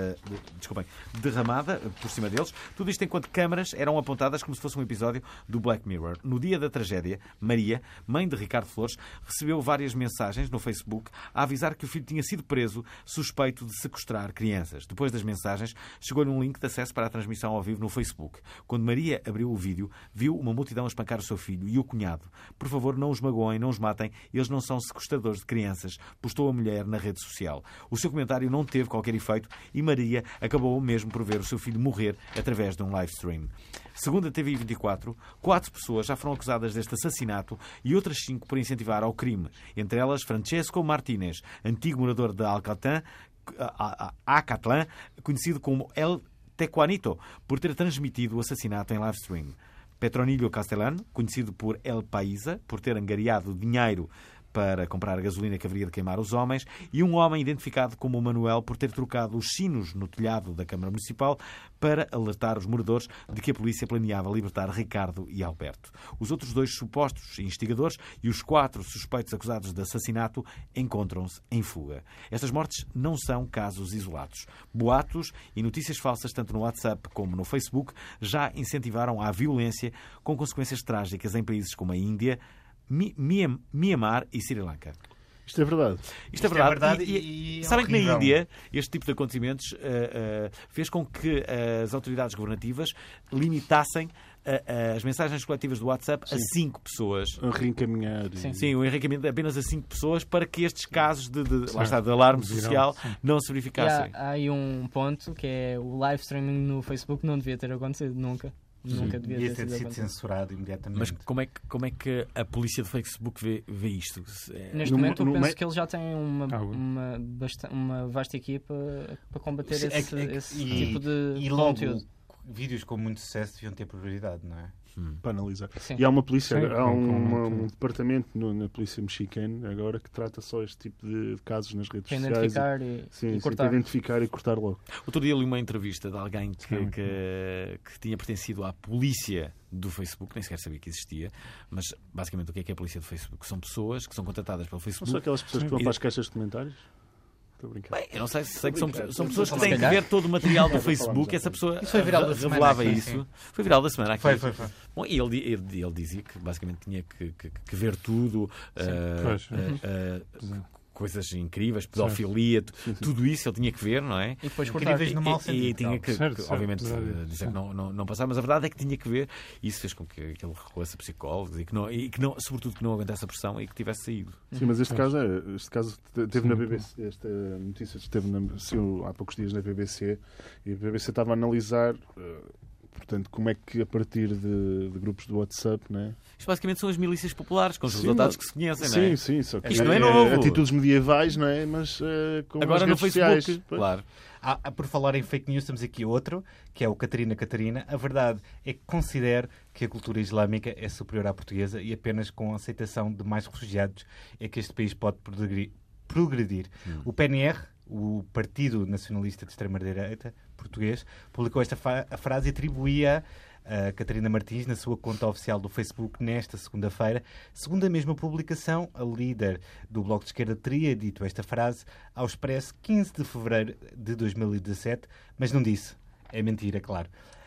por cima deles. Tudo isto enquanto câmaras eram apontadas como se fosse um episódio do Black Mirror. No dia da tragédia, Maria, mãe de Ricardo Flores, recebeu várias mensagens no Facebook a avisar que o filho tinha sido preso suspeito de sequestrar crianças. Depois das mensagens, chegou-lhe um link de acesso para a transmissão ao vivo no Facebook. Quando Maria abriu o vídeo, viu uma multidão a espancar o seu filho e o cunhado. Por favor, não os magoem, não os matem, eles não são sequestradores de crianças, postou a mulher na rede social. O seu comentário não teve qualquer efeito e Maria acabou mesmo por ver o seu filho morrer através de um live stream. Segundo a TVI24, 4 pessoas já foram acusadas deste assassinato e outras 5 por incentivar ao crime. Entre elas, Francesco Martínez, antigo morador de Acatlán, conhecido como El Tecuanito, por ter transmitido o assassinato em live stream. Petronilho Castellano, conhecido por El Paisa, por ter angariado dinheiro para comprar a gasolina que haveria de queimar os homens, e um homem identificado como Manuel por ter trocado os sinos no telhado da Câmara Municipal para alertar os moradores de que a polícia planeava libertar Ricardo e Alberto. Os outros 2 supostos instigadores e os 4 suspeitos acusados de assassinato encontram-se em fuga. Estas mortes não são casos isolados. Boatos e notícias falsas, tanto no WhatsApp como no Facebook, já incentivaram a violência, com consequências trágicas em países como a Índia, Myanmar e Sri Lanka. Isto é verdade. Isto é verdade. E sabem que na Índia este tipo de acontecimentos fez com que as autoridades governativas limitassem as mensagens coletivas do WhatsApp a 5 pessoas. Reencaminhar. Sim, o enriquecimento apenas a 5 pessoas para que estes casos de alarme social não se verificassem. Há aí um ponto que é o live streaming no Facebook não devia ter acontecido nunca. Nunca devia ter sido censurado imediatamente. Mas como é que a polícia do Facebook vê isto? Neste momento eu penso que eles já têm uma vasta equipa para combater esse tipo de conteúdo. Vídeos com muito sucesso deviam ter prioridade, não é? Para analisar. Sim. E há uma polícia, há um departamento na polícia mexicana agora que trata só este tipo de casos nas redes sociais. Identificar e cortar. Para identificar e cortar logo. Outro dia li uma entrevista de alguém que tinha pertencido à polícia do Facebook, nem sequer sabia que existia, mas basicamente o que é a polícia do Facebook? São pessoas que são contratadas pelo Facebook. Não são aquelas pessoas que vão para as caixas de comentários? Bem, eu não sei que são pessoas que têm que ver todo o material do Facebook. Essa pessoa revelava isso. Foi viral da semana. Foi. Bom, e ele dizia que basicamente tinha que ver tudo, coisas incríveis, pedofilia, tudo isso ele tinha que ver, não é? E depois incríveis no mau sentido. E tinha que, obviamente, dizer que não passar, mas a verdade é que tinha que ver. Isso fez com que ele recorresse a psicólogos e que não, sobretudo, que não aguentasse a pressão e que tivesse saído. Sim, mas este caso teve na BBC, esta notícia saiu há poucos dias na BBC, e a BBC estava a analisar portanto, como é que a partir de grupos do WhatsApp, né? Isto basicamente são as milícias populares, com os resultados que se conhecem, não é? Sim, só que isto não é novo. Atitudes medievais, não é? Mas com agora as no redes Facebook, sociais. claro. Por falar em fake news, temos aqui outro, que é o Catarina. A verdade é que considero que a cultura islâmica é superior à portuguesa e apenas com a aceitação de mais refugiados é que este país pode progredir. O PNR, o Partido Nacionalista de Extrema-Direita português, publicou esta frase e atribuía a Catarina Martins na sua conta oficial do Facebook nesta segunda-feira. Segundo a mesma publicação, a líder do Bloco de Esquerda teria dito esta frase ao Expresso 15 de fevereiro de 2017, mas não disse. É mentira, claro.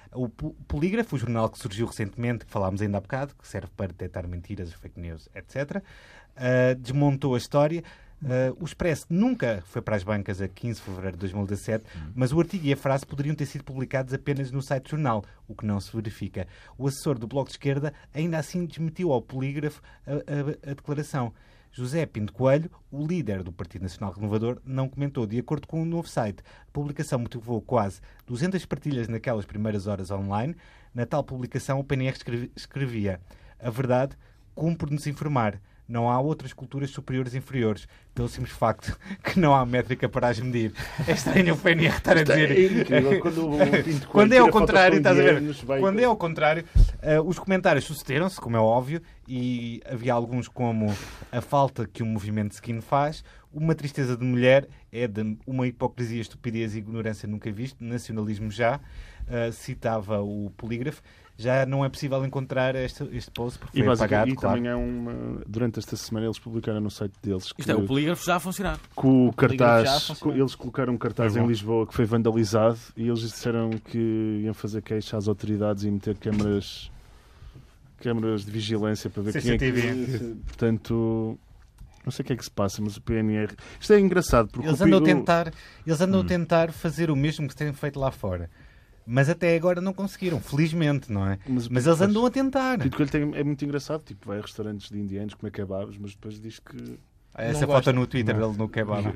O Polígrafo, o jornal que surgiu recentemente, que falámos ainda há bocado, que serve para detectar mentiras, fake news, etc., desmontou a história. O Expresso nunca foi para as bancas a 15 de fevereiro de 2017, mas o artigo e a frase poderiam ter sido publicados apenas no site do jornal, o que não se verifica. O assessor do Bloco de Esquerda ainda assim desmentiu ao Polígrafo a declaração. José Pinto Coelho, o líder do Partido Nacional Renovador, não comentou. De acordo com o novo site, a publicação motivou quase 200 partilhas naquelas primeiras horas online. Na tal publicação, o PNR escrevia: a verdade cumpre-nos informar. Não há outras culturas superiores e inferiores, pelo simples facto que não há métrica para as medir. É estranho o PNR estar a dizer. É incrível. Quando é ao contrário, estás a ver? Quando é ao contrário, os comentários sucederam-se, como é óbvio, e havia alguns como a falta que o movimento skin faz, uma tristeza de mulher é de uma hipocrisia, estupidez e ignorância nunca visto, nacionalismo já, citava o Polígrafo. Já não é possível encontrar este post porque foi apagado, claro. Também há durante esta semana eles publicaram no site deles que, isto é, o Polígrafo já a funcionar. Com o cartaz, eles colocaram um cartaz em Lisboa que foi vandalizado e eles disseram que iam fazer queixa às autoridades e meter câmaras de vigilância para ver CCTV. quem é que... Portanto... Não sei o que é que se passa, mas o PNR... Isto é engraçado porque... Eles andam a tentar fazer o mesmo que têm feito lá fora. Mas até agora não conseguiram, felizmente, não é? Mas eles andam a tentar. Pinto Coelho é muito engraçado, tipo, vai a restaurantes de indianos comer kebabs, mas depois diz que... Essa foto no Twitter dele no kebab.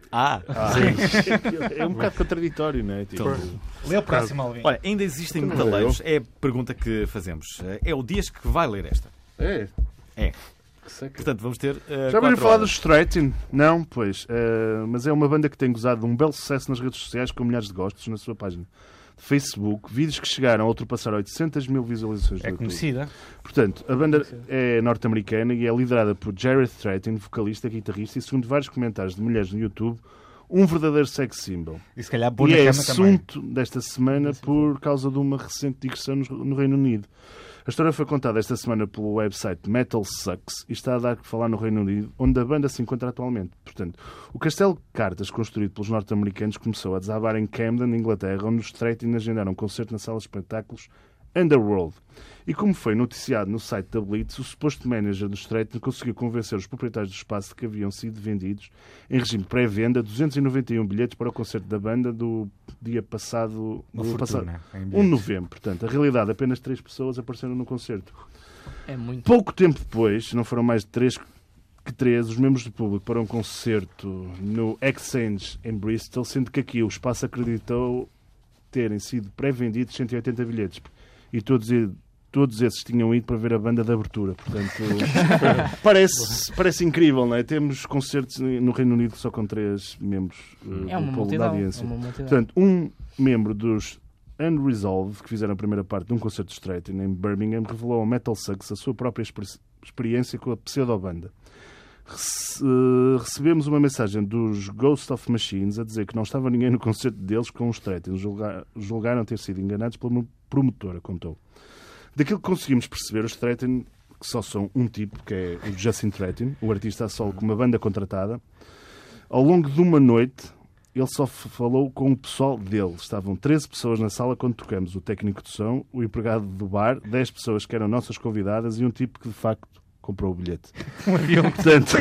É um bocado contraditório, não é? Tipo... Lê o próximo, Alvin. Olha, ainda existem metaleiros, é a pergunta que fazemos. É o Dias que vai ler esta. É. Portanto, vamos ter. Já ouviram falar dos Stratin? Não? Pois. Mas é uma banda que tem gozado de um belo sucesso nas redes sociais com milhares de gostos na sua página de Facebook. Vídeos que chegaram a ultrapassar 800 mil visualizações. É conhecida. Portanto, a banda é norte-americana e é liderada por Jared Stratin, vocalista, guitarrista e, segundo vários comentários de mulheres no YouTube, um verdadeiro sex symbol. E se calhar e é assunto desta semana por causa de uma recente digressão no Reino Unido. A história foi contada esta semana pelo website Metal Sucks e está a dar que falar no Reino Unido, onde a banda se encontra atualmente. Portanto, o castelo de cartas construído pelos norte-americanos começou a desabar em Camden, Inglaterra, onde os Stratin agendaram um concerto na sala de espetáculos Underworld. E como foi noticiado no site da Blitz, o suposto manager do Stratin conseguiu convencer os proprietários do espaço de que haviam sido vendidos, em regime de pré-venda, 291 bilhetes para o concerto da banda do dia passado, 1 de novembro. Portanto, a realidade, apenas 3 pessoas apareceram no concerto. É muito. Pouco tempo depois, não foram mais de 3, os membros do público para um concerto no Exchange em Bristol, sendo que aqui o espaço acreditou terem sido pré-vendidos 180 bilhetes. E todos esses tinham ido para ver a banda de abertura. Portanto, parece incrível, não é? Temos concertos no Reino Unido só com 3 membros da audiência. Portanto, um membro dos Unresolved, que fizeram a primeira parte de um concerto de Stratin em Birmingham, revelou ao Metal Sucks a sua própria experiência com a pseudo-banda. Recebemos uma mensagem dos Ghost of Machines a dizer que não estava ninguém no concerto deles com os Stratin. Julgaram ter sido enganados pela promotora, contou. Daquilo que conseguimos perceber, os Stratin, que só são um tipo, que é o Justin Stratin, o artista a solo com uma banda contratada, ao longo de uma noite ele só falou com o pessoal dele. Estavam 13 pessoas na sala quando tocamos, o técnico de som, o empregado do bar, 10 pessoas que eram nossas convidadas e um tipo que de facto comprou o bilhete. Portanto,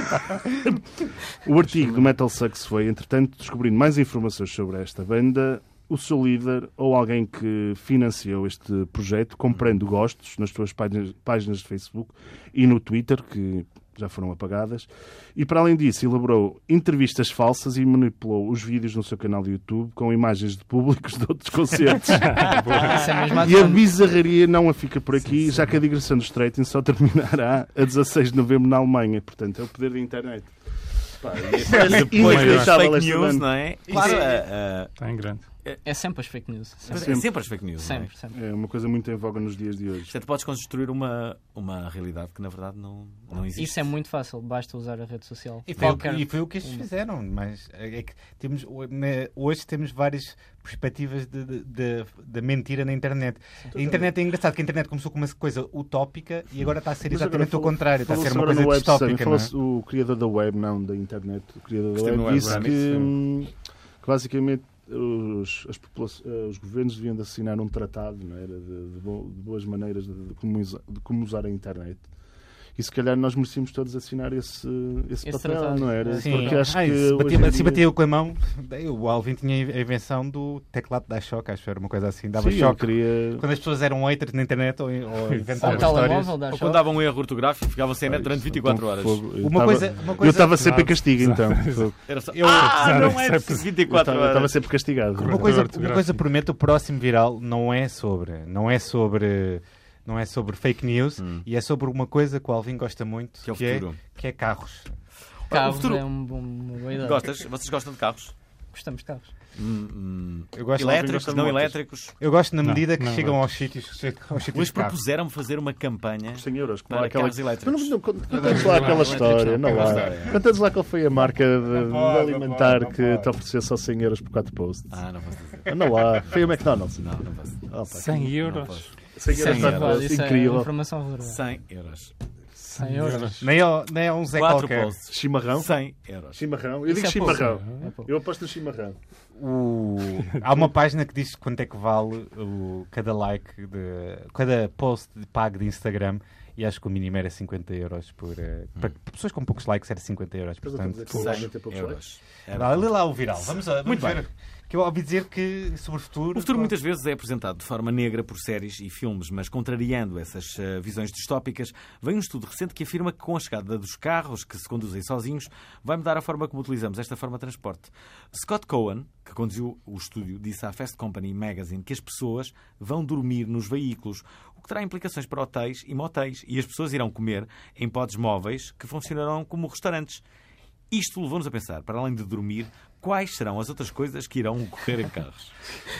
o artigo do Metal Sucks foi, entretanto, descobrindo mais informações sobre esta banda, o seu líder ou alguém que financiou este projeto, comprando gostos nas suas páginas de Facebook e no Twitter, que já foram apagadas, e para além disso elaborou entrevistas falsas e manipulou os vídeos no seu canal de YouTube com imagens de públicos de outros concertos. E a bizarraria não a fica por aqui, já que a digressão do Stratin só terminará a 16 de novembro na Alemanha. Portanto, é o poder da internet. Depois das fake news, não é? Claro, está em grande. É sempre as fake news. É sempre as fake news. Sempre. É uma coisa muito em voga nos dias de hoje. Portanto, podes construir uma realidade que na verdade não existe. Isso é muito fácil, basta usar a rede social. E foi o que eles fizeram. Mas é que hoje temos várias perspectivas da mentira na internet. A internet é engraçado, que a internet começou com uma coisa utópica e agora está a ser exatamente o contrário. Está a ser uma coisa distópica. O criador da web, não da internet, o criador da web disse que basicamente os governos deviam de assinar um tratado, não era, de boas maneiras de como usar a internet. E se calhar nós merecíamos todos assinar esse papel, tratado. não era? Sim. Porque acho que Se batia com a mão, o Alvin tinha a invenção do teclado da choque, acho que era uma coisa assim, dava Sim, choque. queria... Quando as pessoas eram haters na internet ou Ou inventavam o histórias. telemóvel da Ou choque. quando dava um erro ortográfico, ficava sem net durante 24 horas. Eu estava sempre em castigo, então. Era só... Eu- não é sempre- preciso 24 Eu estava horas. sempre castigado. Uma coisa prometo, o próximo viral não é sobre fake news e é sobre uma coisa que o Alvin gosta muito, Que é o futuro. que é carros. Carros futuro- é uma boa ideia. Vocês gostam de carros? Gostamos de carros. Eu gosto, Elétricos, de não motos. elétricos? eu gosto na Não, medida que não chegam gosto. aos sítios Eles de carros. propuseram fazer uma campanha Por 100 euros. para carros elétricos. Conta-nos lá aquela história. Não lá. Conta-nos lá qual foi a marca de alimentar que te ofereceu só 100 euros por 4 posts. Ah, não posso dizer. Não lá. Foi o McDonald's. Não posso. Opa, 100 Não euros. posso. 100 100 euros. euros. Isso é Incrível. informação verdadeira. 100 euros. 100 euros. Nem é um Zé 4 qualquer. posts. Chimarrão? 100 euros. Chimarrão? Eu Isso digo é pouco. chimarrão. É pouco. Eu aposto no chimarrão. Há uma página que diz quanto é que vale cada like, cada post pago de Instagram, e acho que o mínimo era 50 euros para pessoas com poucos likes era 50 euros. Mas eu estou a Portanto, dizer que provavelmente é poucos likes. euros. Dá, lê lá o viral. Vamos Muito ver. bem. Que eu ouvi dizer que sobre o futuro. O futuro muitas vezes é apresentado de forma negra por séries e filmes, mas contrariando essas visões distópicas, vem um estudo recente que afirma que com a chegada dos carros que se conduzem sozinhos, vai mudar a forma como utilizamos esta forma de transporte. Scott Cohen, que conduziu o estúdio, disse à Fast Company Magazine que as pessoas vão dormir nos veículos, o que terá implicações para hotéis e motéis, e as pessoas irão comer em pods móveis que funcionarão como restaurantes. Isto levou-nos a pensar, para além de dormir, quais serão as outras coisas que irão ocorrer em carros?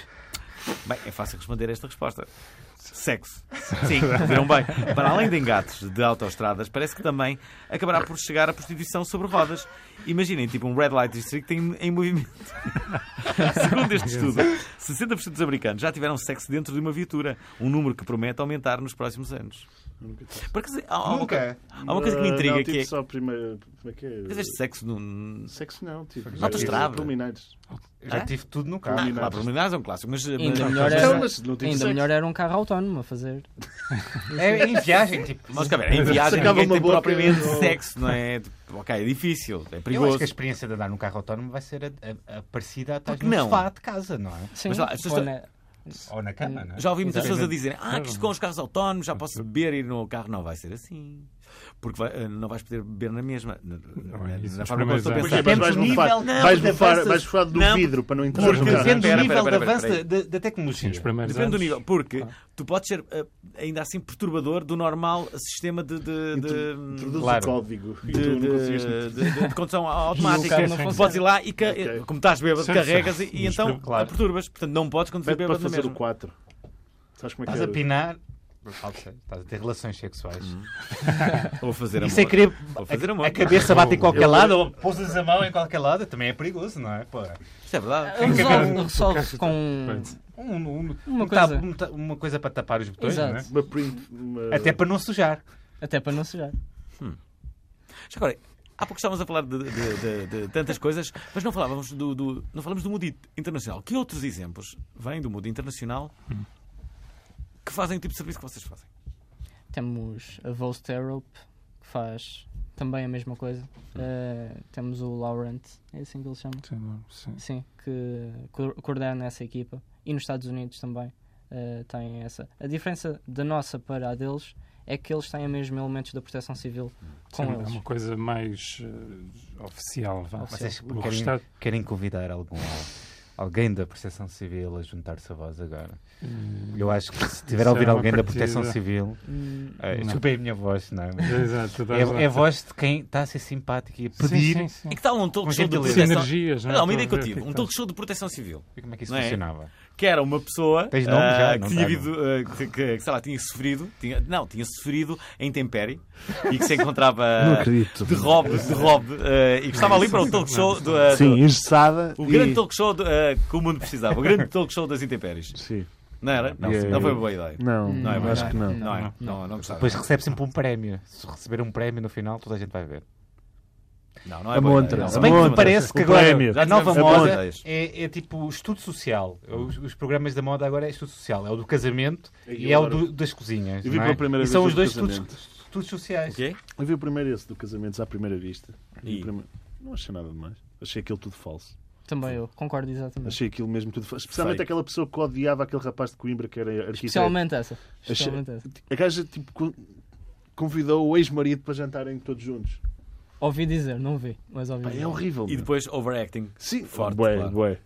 Bem, é fácil responder a esta resposta. Sexo. Sim, viram bem. Para além de engates de autoestradas, parece que também acabará por chegar a prostituição sobre rodas. Imaginem, tipo um Red Light District em movimento. Segundo este estudo, 60% dos americanos já tiveram sexo dentro de uma viatura, um número que promete aumentar nos próximos anos. Porque há uma coisa que me intriga, não, que é... só primeiro... Como é que é? Fizeste sexo num... Sexo não, tipo... Na autoestrada. Preliminares. Já tive tudo no carro. Ah, preliminares é um clássico, mas... Ainda melhor Não, era, mas não tive ainda sexo. melhor era um carro autónomo a fazer. É em viagem, tipo. Mas, cara, em viagem Sacava ninguém uma tem boca, propriamente ou- sexo, não é? Ok, é difícil, é Eu perigoso. acho que a experiência de andar num carro autónomo vai ser a parecida a estar Porque no não? sofá de casa, não é? Sim, Mas lá, as pessoas ou na- Ou na cama, não é? Já ouvi muitas Exato. pessoas a dizerem que isto com os carros autónomos já posso beber e ir no carro. Não vai ser assim. Porque não vais poder beber na mesma. é isso, Na os forma como primeiros estou a anos. pensar. Mas vais Depende do bufar, nível- vais não, bufar, avanças- vais bufar do Não, vidro para não entrar Porque no carro. depende do Espera, nível espera, de espera, avanço espera. da tecnologia. Os primeiros Depende do anos. nível. Porque tu podes ser ainda assim perturbador do normal sistema de Introduz Claro. o código e de, tu não de, conseguiste. de condução E o automática. carro não Tu funciona. podes ir lá e, Ok. como estás bêbado, Certo, carregas certo. e então Claro. perturbas. Portanto, não podes conduzir Pede para bêbado na fazer o mesma. 4. Sabes como é que Estás a é? pinar, estás a ter relações sexuais. Ou fazer amor. Isso é querer. Ou fazer amor. A cabeça bate em qualquer lado ou pousas a mão em qualquer lado, também é perigoso, não é? Pô. Isso é verdade. Resolve-se com Uma coisa para tapar os botões, Exato. não é? Uma print. Até para não sujar. até para não sujar. Já agora, há pouco estávamos a falar de tantas coisas, mas não falávamos não falamos do mundo internacional. Que outros exemplos vêm do mundo internacional que fazem o tipo de serviço que vocês fazem? Temos a Volsterup, que faz também a mesma coisa. Temos o Laurent, é assim que ele chama? Sim. Sim, que coordena essa equipa. E nos Estados Unidos também tem essa. A diferença da nossa para a deles é que eles têm mesmo elementos da proteção civil com Sim, é eles. uma coisa mais oficial. Vá. Vocês O Estado- querem convidar alguém da Proteção Civil a juntar-se a vós agora? Eu acho que se tiver a Isso ouvir é uma alguém da partida. Proteção Civil, desculpem a minha voz, não é? Mas Exato, dás lá. é a voz de quem está a ser simpático e a pedir. Sim, sim, sim. E que tal um talk Com show de gentileza. proteção... Sinergias, não é? Não, uma ideia que eu Estou a ver tive. o que Um é que talk show de proteção civil. E como é que isso Não é? funcionava? Que era uma pessoa Tens nome já? que Não tinha tenho. havido, que, sei lá, tinha sofrido em intempérie e que se encontrava Não acredito. de robe e que estava ali para o talk show Sim, engessada. o grande talk show que o mundo precisava, o grande talk show das intempéries. Sim. Não era? Não, Yeah. não foi uma boa ideia. Não, Não é acho verdade. que não. Não gostava. Depois recebe sempre um prémio. Se receber um prémio no final, toda a gente vai ver. Não é A boa montra. ideia. Se bem que me parece que O agora prémio. a nova Já tivemos moda ideias. é tipo estudo social. Os programas da moda agora é estudo social. É o do casamento E e é o agora- das cozinhas. Eu vi não é? pela primeira E vez são o os do dois casamento. estudos sociais. O quê? Eu vi o primeiro esse do Casamentos à primeira vista. E? Não achei nada demais. Achei aquilo tudo falso. Também eu, concordo exatamente. Achei aquilo mesmo tudo falso. Especialmente Feio. aquela pessoa que odiava aquele rapaz de Coimbra que era arquiteto. Especialmente essa. Especialmente essa. A gaja tipo, convidou o ex-marido para jantarem todos juntos. Ouvi dizer, não vi, mas ouvi Pá, dizer. é horrível. E meu. depois overacting. Sim, Forte, bué, claro. bué.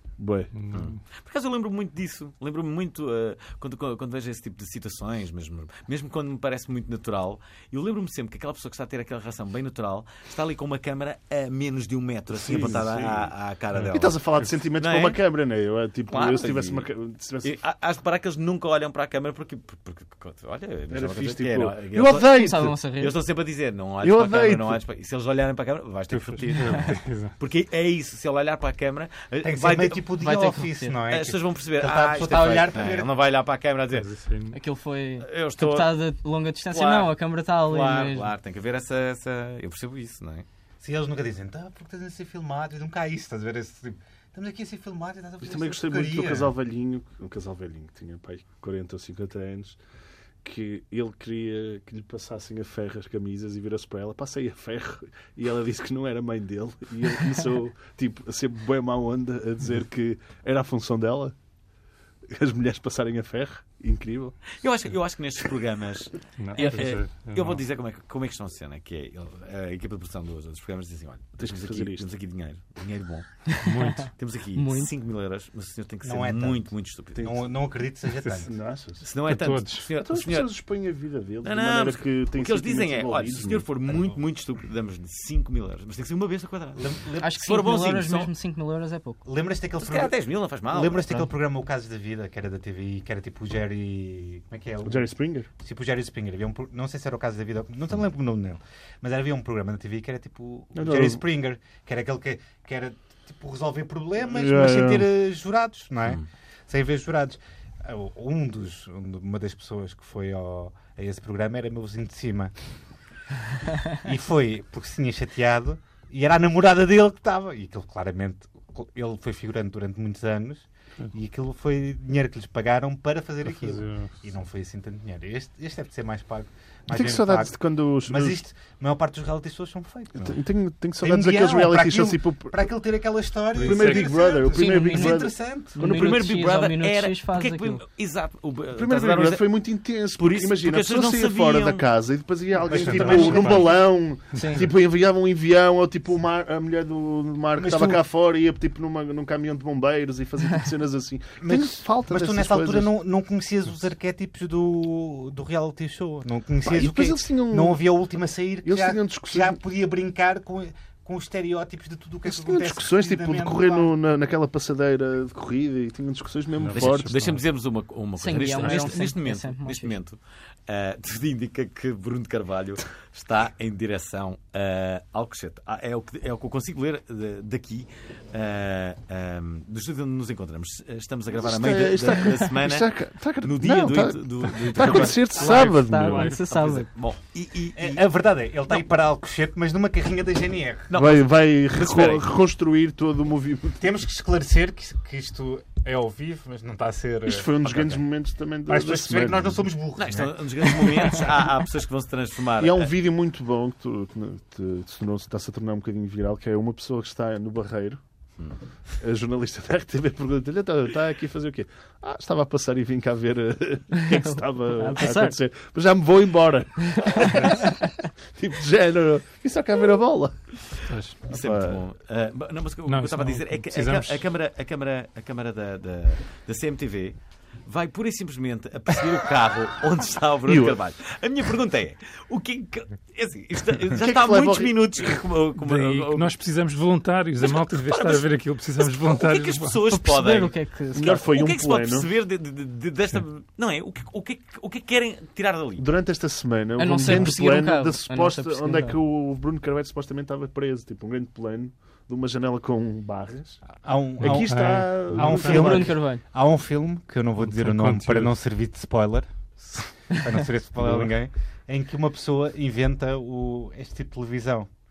Por acaso eu lembro-me muito disso. Lembro-me muito quando vejo esse tipo de situações, mesmo quando me parece muito natural. Eu lembro-me sempre que aquela pessoa que está a ter aquela reação bem natural está ali com uma câmara a menos de 1 metro, assim, Sim, apontada sim. à cara E dela. estás a falar de sentimentos Não com é? uma câmera, não é? Eu, tipo, Claro, eu se tivesse e- uma câmera. Hás de reparar que eles nunca olham para a câmara porque olha, Era fixe, que tipo, era. eu odeio-te! Começavam a Eles rir. estão sempre a dizer, não olhes Eu para a câmara, odeio-te. não olhes para... E se eles olharem para a câmara, vais ter que repetir. Exato. Porque é isso, se ele olhar para a câmara, Tem que vai ser meio ter- tipo o vai The ter que Office, repetir. não é? as pessoas vão perceber, Ele está- a pessoa isto está a olhar feio. para ver- Ele não vai olhar para a câmara a dizer, Mas isso aí- Aquilo foi eu estou... captado a longa distância. Claro. Não, a câmara está ali Claro, mesmo. claro, tem que haver essa... Eu percebo isso, não é? Se eles nunca dizem, tá, porque estás a ser filmado, nunca há isso, estás a ver? Esse tipo, estamos aqui a ser filmados e estás a Mas fazer também essa gostei muito do porcaria. casal velhinho, um casal velhinho que tinha pai 40 ou 50 anos, que ele queria que lhe passassem a ferro as camisas e vira-se para ela, passei a ferro, e ela disse que não era mãe dele, e ele começou tipo, a ser bem má onda, a dizer que era a função dela, as mulheres passarem a ferro, incrível. Eu acho que nestes programas... Não, Eu, quer dizer, eu vou dizer como é que estão a cena, que é a equipa de produção dos programas diz assim, olha, Tens que temos fazer aqui, isto. temos aqui dinheiro bom. Muito. Temos aqui Muito. 5 mil euros, mas o senhor tem que ser Não é tanto. muito estúpido. Não acredito que seja tanto. Não achas? Se não é Para tanto, todos. o senhor, Então o as senhor, pessoas expõem a vida deles de não, maneira mas que têm o que eles dizem é, sentimentos olha, se o senhor for envolvidos, muito estúpido, damos-lhe 5 mil euros, mas tem que ser uma besta quadrada. Acho que Se for 5 mil bonzinho, euros, só- mesmo 5 mil euros é pouco. Lembras-te daquele Se calhar programa? 10 mil não faz mal. Lembras-te daquele programa O Casos da Vida, que era da TVI, que era tipo o Jerry... Como é que é? O Jerry Springer? Tipo o Jerry Springer. Havia não sei se era o Caso da Vida, não te lembro o nome dele, mas havia um programa na TV que era tipo o Não, Jerry não. Springer, que era aquele que era tipo resolver problemas, Yeah, mas sem yeah. ter jurados, não é? Sem haver jurados. Uma das pessoas que foi a esse programa era meu vizinho de cima. E foi porque se tinha chateado e era a namorada dele que estava. E aquilo claramente, ele foi figurante durante muitos anos e aquilo foi dinheiro que lhes pagaram para fazer aquilo. E não foi assim tanto dinheiro. Este deve ser mais pago. Mais Tenho bem saudades pago. de quando os... Mas isto, a maior parte dos reality shows são feitos. não é? Tenho saudades Tem daqueles guião reality para shows aquilo- tipo... Para aquele ter aquela história. O primeiro Big Brother, o primeiro Sim, Big Isso é Brother. interessante. Quando o primeiro Big X ao Brother minuto era... X faz porque é que- aquilo. Exato. O primeiro Big Brother foi muito intenso. Por Porque, isso, imagina, porque a as pessoas pessoa não saía fora sabiam. da casa e depois ia alguém Mas tipo, também num capaz. balão, Sim. tipo, enviavam um avião, ou tipo a mulher do mar que Mas estava tu- cá fora ia tipo num caminhão de bombeiros e fazia tipo, cenas assim. Tenho falta Mas tu dessas nessa altura coisas. não conhecias os arquétipos do reality show. Não Pá, conhecias e o depois que eles tinham... não havia a última a sair que Eles já, tinham que discussões... já podia brincar com os estereótipos de tudo o que Eles acontece. tinham discussões tipo de repetidamente correr lá. naquela passadeira de corrida e tinham discussões mesmo Não, fortes. Deixa-me dizer-vos uma Sem coisa. guião, Neste é sempre mais neste fixe. momento tudo indica que Bruno de Carvalho está em direção a Alcochete. É o que eu consigo ler daqui do estúdio onde nos encontramos. Estamos a gravar a meio da semana, no dia do Está a acontecer de sábado, Está a meu. acontecer sábado. Bom, A verdade é, ele está aí para Alcochete, mas numa carrinha da GNR. não, Vai espera aí. reconstruir todo o movimento. Temos que esclarecer que isto é ao vivo, mas não está a ser... Isto foi um dos Ok, grandes ok. momentos também da Para as pessoas perceberem que nós não semana. somos burros. não, isto não é um dos grandes momentos. Há pessoas que vão se transformar. E há um vídeo muito bom que está-se a tornar um bocadinho viral, que é uma pessoa que está no Barreiro, a jornalista da RTV pergunta-lhe, "Então, está aqui a fazer o quê? Estava a passar e vim cá ver o que é que estava a passar. acontecer. Mas já me vou embora. Tipo de género. E só cá ver a bola. Pois. Isso é muito bom. Não, mas o que Não, eu estava a isso dizer não é que precisamos. a câmara da CMTV vai pura e simplesmente a perseguir o carro onde está o Bruno E o- Carvalho. A minha pergunta é: o que é assim, isto já que está há te leva muitos ao- minutos. Daí que nós precisamos de voluntários. A malta deve estar a ver aquilo. Precisamos de O que é voluntários. que as pessoas Para perceber podem. o que é que... O melhor foi O um que é que se pode plano. perceber desta. Não é? O que é que querem tirar dali? Durante esta semana, A houve não um ser grande perseguir um plano carro. da A não ser suposta perseguir onde é um que carro. o Bruno Carvalho supostamente estava preso. Tipo, um grande plano de uma janela com barras. Há um Aqui está... há um É o filme- Bruno Carvalho. Há um filme, que eu não vou dizer Tem o nome conteúdo. para não servir de spoiler, para não servir de spoiler a ninguém, em que uma pessoa inventa este tipo de televisão.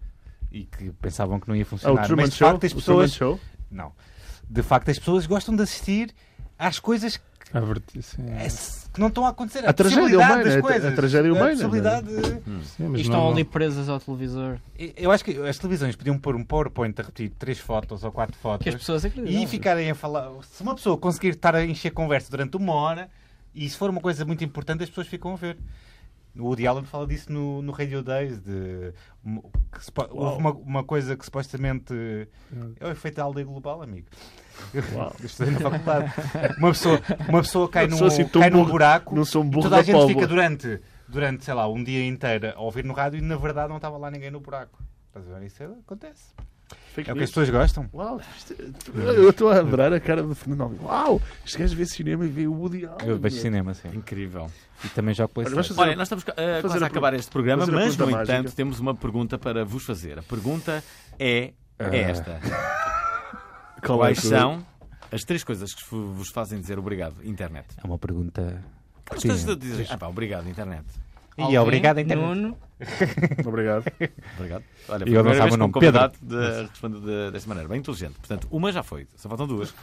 e que pensavam que não ia O funcionar. Truman Mas de Show? facto as O Truman pessoas... Show? Não. De facto as pessoas gostam de assistir às coisas que não estão a acontecer. A tragédia humana, das a coisas. tragédia humana, A possibilidade de... Sim, E mas estão não, ali presas ao televisor. Eu acho que as televisões podiam pôr um PowerPoint a repetir 3 fotos ou 4 fotos Que as pessoas acreditam. e ficarem a falar. Se uma pessoa conseguir estar a encher conversa durante 1 hora e se for uma coisa muito importante, as pessoas ficam a ver. O Woody Allen fala disso no Radio Days. Houve uma coisa que supostamente é o efeito da aldeia global, amigo. Eu estudei na faculdade. Uma pessoa cai num buraco não sou um e burro toda a da gente pólvora. fica durante, sei lá, um dia inteiro a ouvir no rádio e na verdade não estava lá ninguém no buraco. Estás a ver? Isso acontece. Fake É o que news. as pessoas gostam. Uau, eu estou a adorar a cara do Fernando Alvim. Uau, este gajo vê cinema e vê o Woody Allen. Eu vejo cinema, sim. Incrível. E também jogo Olha, PlayStation. vamos Olha, nós estamos quase a a acabar este programa, fazer a mas, no pergunta entanto, mágica. temos uma pergunta para vos fazer. A pergunta é esta. Quais são as 3 coisas que vos fazem dizer obrigado, internet? É uma pergunta. As coisas de dizer, obrigado, internet. E obrigado, internet. Nuno, Obrigado. Obrade. Olha, E eu não primeira sabe vez o que um nome. convidado responde desta maneira. Bem inteligente. Portanto, uma já foi. Só faltam 2.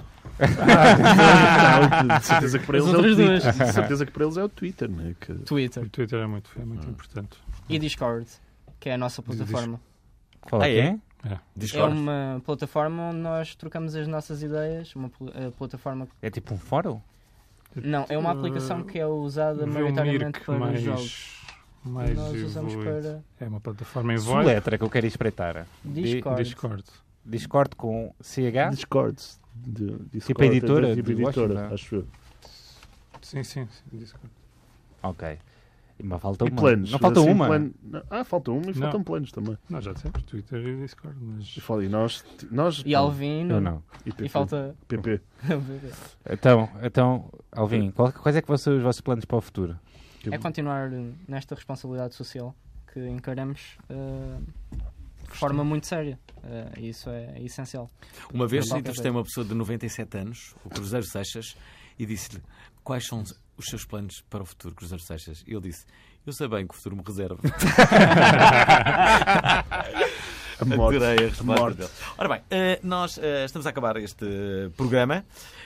De certeza que para As eles é o outras duas. Twitter. De certeza que para eles é o Twitter, não é? Que... Twitter O Twitter é muito importante. e Discord, que é a nossa plataforma. Qual é? é? É Discord. uma plataforma onde nós trocamos as nossas ideias. Uma plataforma. É tipo um fórum? Não, é uma aplicação que é usada Vê um maioritariamente Mirk para jogos. mais Nós usamos evoluído. para É uma plataforma em voz. Letra que eu quero espreitar. Discord. Discord. Discord com CH? Discord. Tipo a editora Tipo de editora, Washington. acho eu. Sim, Discord. Ok. Mas falta E uma. planos. Não falta assim, uma? Não, falta uma e Não. faltam planos também. Nós já temos Twitter e Discord, mas... E nós E Alvin. Eu não. E falta. PP. Então, Alvin, quais é que vão ser os vossos planos para o futuro? É continuar nesta responsabilidade social que encaramos de forma muito séria. E isso é essencial. Uma vez Não, entrevistei uma pessoa de 97 anos, o Cruzeiro Seixas, e disse-lhe quais são os seus planos para o futuro, Cruzeiro Seixas. E ele disse, eu sei bem que o futuro me reserva. A morte. Adorei a resposta morte. dele. Ora bem, nós estamos a acabar este programa.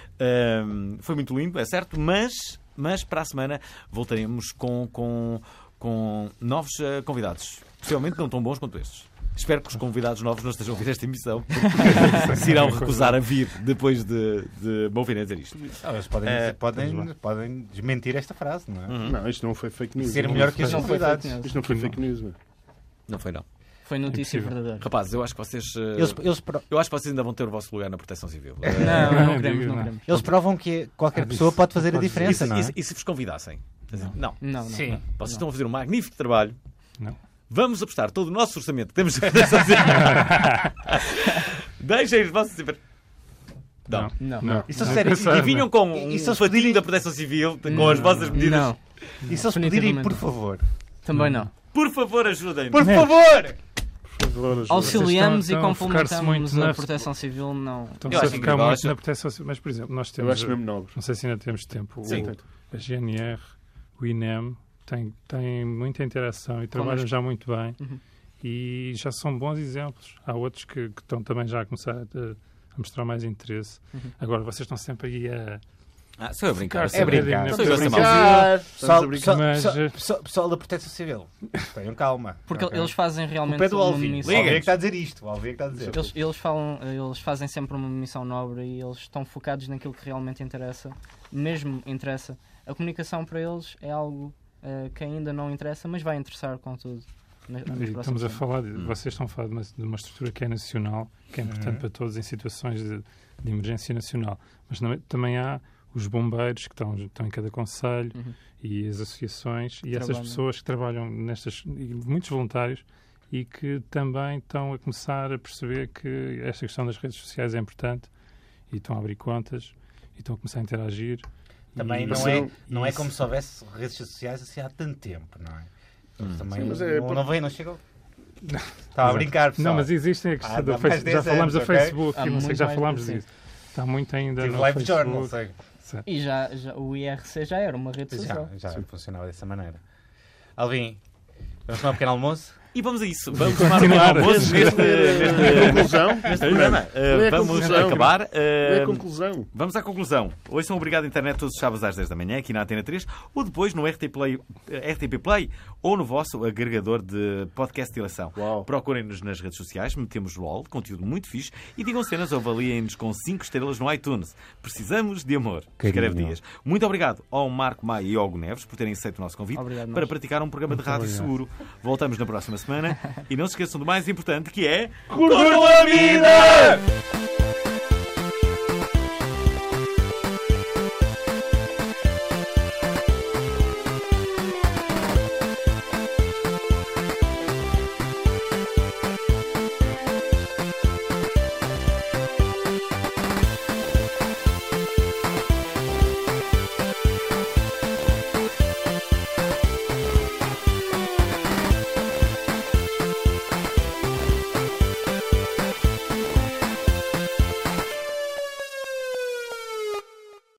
Foi muito lindo, é certo, mas para a semana voltaremos com novos convidados. Possivelmente não tão bons quanto estes. Espero que os convidados novos não estejam a ouvir esta emissão, porque se irão recusar a vir depois de me ouvirem dizer isto. Eles podem desmentir esta frase, não é? Não, isto não foi fake news. Ser melhor que os Não foi convidados. fake news. Isto não foi fake news, meu. Não foi, não. Foi notícia impossível. verdadeira. Rapazes, eu acho que vocês... eu acho que vocês ainda vão ter o vosso lugar na Proteção Civil. Não queremos, digo, não não. queremos. Eles provam que qualquer pessoa pode fazer a diferença, não é? E se vos convidassem? Não. Não. Sim. Vocês estão a fazer um magnífico trabalho. Não. Vamos apostar todo o nosso orçamento que temos de Proteção Civil. Deixem os vossos... Não. Não. Isso é sério. E vinham com E se um eles fatinho da Proteção Civil, com as vossas medidas. Não. E se eles pedirem, Definitivamente por não. favor? Também não. Por favor, ajudem-me. Por favor! Por favor, ajuda. Auxiliamos estão e a focar-se complementamos muito a na- proteção civil, não. Estão-se Eu a acho ficar incrível, muito acho- na proteção civil. Mas, por exemplo, nós Eu temos... acho mesmo nobre. Não sei se ainda temos tempo. Sim. A GNR, o INEM, tem muita interação e trabalham já muito bem. Uhum. E já são bons exemplos. Há outros que estão também já a começar a mostrar mais interesse. Agora, vocês estão sempre aí a... Sou eu a brincar. É brincar. Sou eu a ser Brincar. mau. Pessoal, a brincar. pessoal da Proteção Civil, tenham calma. Porque Ok. eles fazem O realmente pé do uma Alvin. O missão. Alvin é que está a dizer isto. O Alvin é que está a dizer. Eles fazem sempre uma missão nobre e eles estão focados naquilo que realmente interessa. Mesmo interessa. A comunicação para eles é algo que ainda não interessa, mas vai interessar contudo. E estamos a falar, vocês estão a falar de uma estrutura que é nacional, que é importante para todos em situações de emergência nacional. Mas também há os bombeiros que estão em cada concelho e as associações e essas pessoas que trabalham nestas, e muitos voluntários, e que também estão a começar a perceber que esta questão das redes sociais é importante e estão a abrir contas e estão a começar a interagir. Também E- não é como se houvesse redes sociais assim há tanto tempo, não é? Eles também Sim, mas é não chegou. Estava a brincar, pessoal. Não, mas existem a questão Há do mais Facebook. 10 Já falámos anos, do ok? Facebook Há e não sei, muito já mais falámos de disso. Está muito ainda Tive no live Facebook. journal, sei. E já o IRC já era uma rede social. Já funcionava dessa maneira. Alvin, vamos tomar um pequeno almoço? E vamos a isso. Vamos tomar um pequeno almoço neste programa. Vamos acabar. É a conclusão. Vamos à conclusão. Ouçam Obrigado Internet todos os sábados às 10 da manhã, aqui na Antena 3, ou depois no RTP Play ou no vosso agregador de podcast de eleição. Procurem-nos nas redes sociais, metemos LOL, conteúdo muito fixe, e digam cenas ou avaliem-nos com 5 estrelas no iTunes. Precisamos de amor. Escreve Dias. Muito obrigado ao Marco Maia e ao Hugo Neves por terem aceito o nosso convite para praticar um programa de rádio seguro. Voltamos na próxima semana e não se esqueçam do mais importante, que é... Curtam a vida!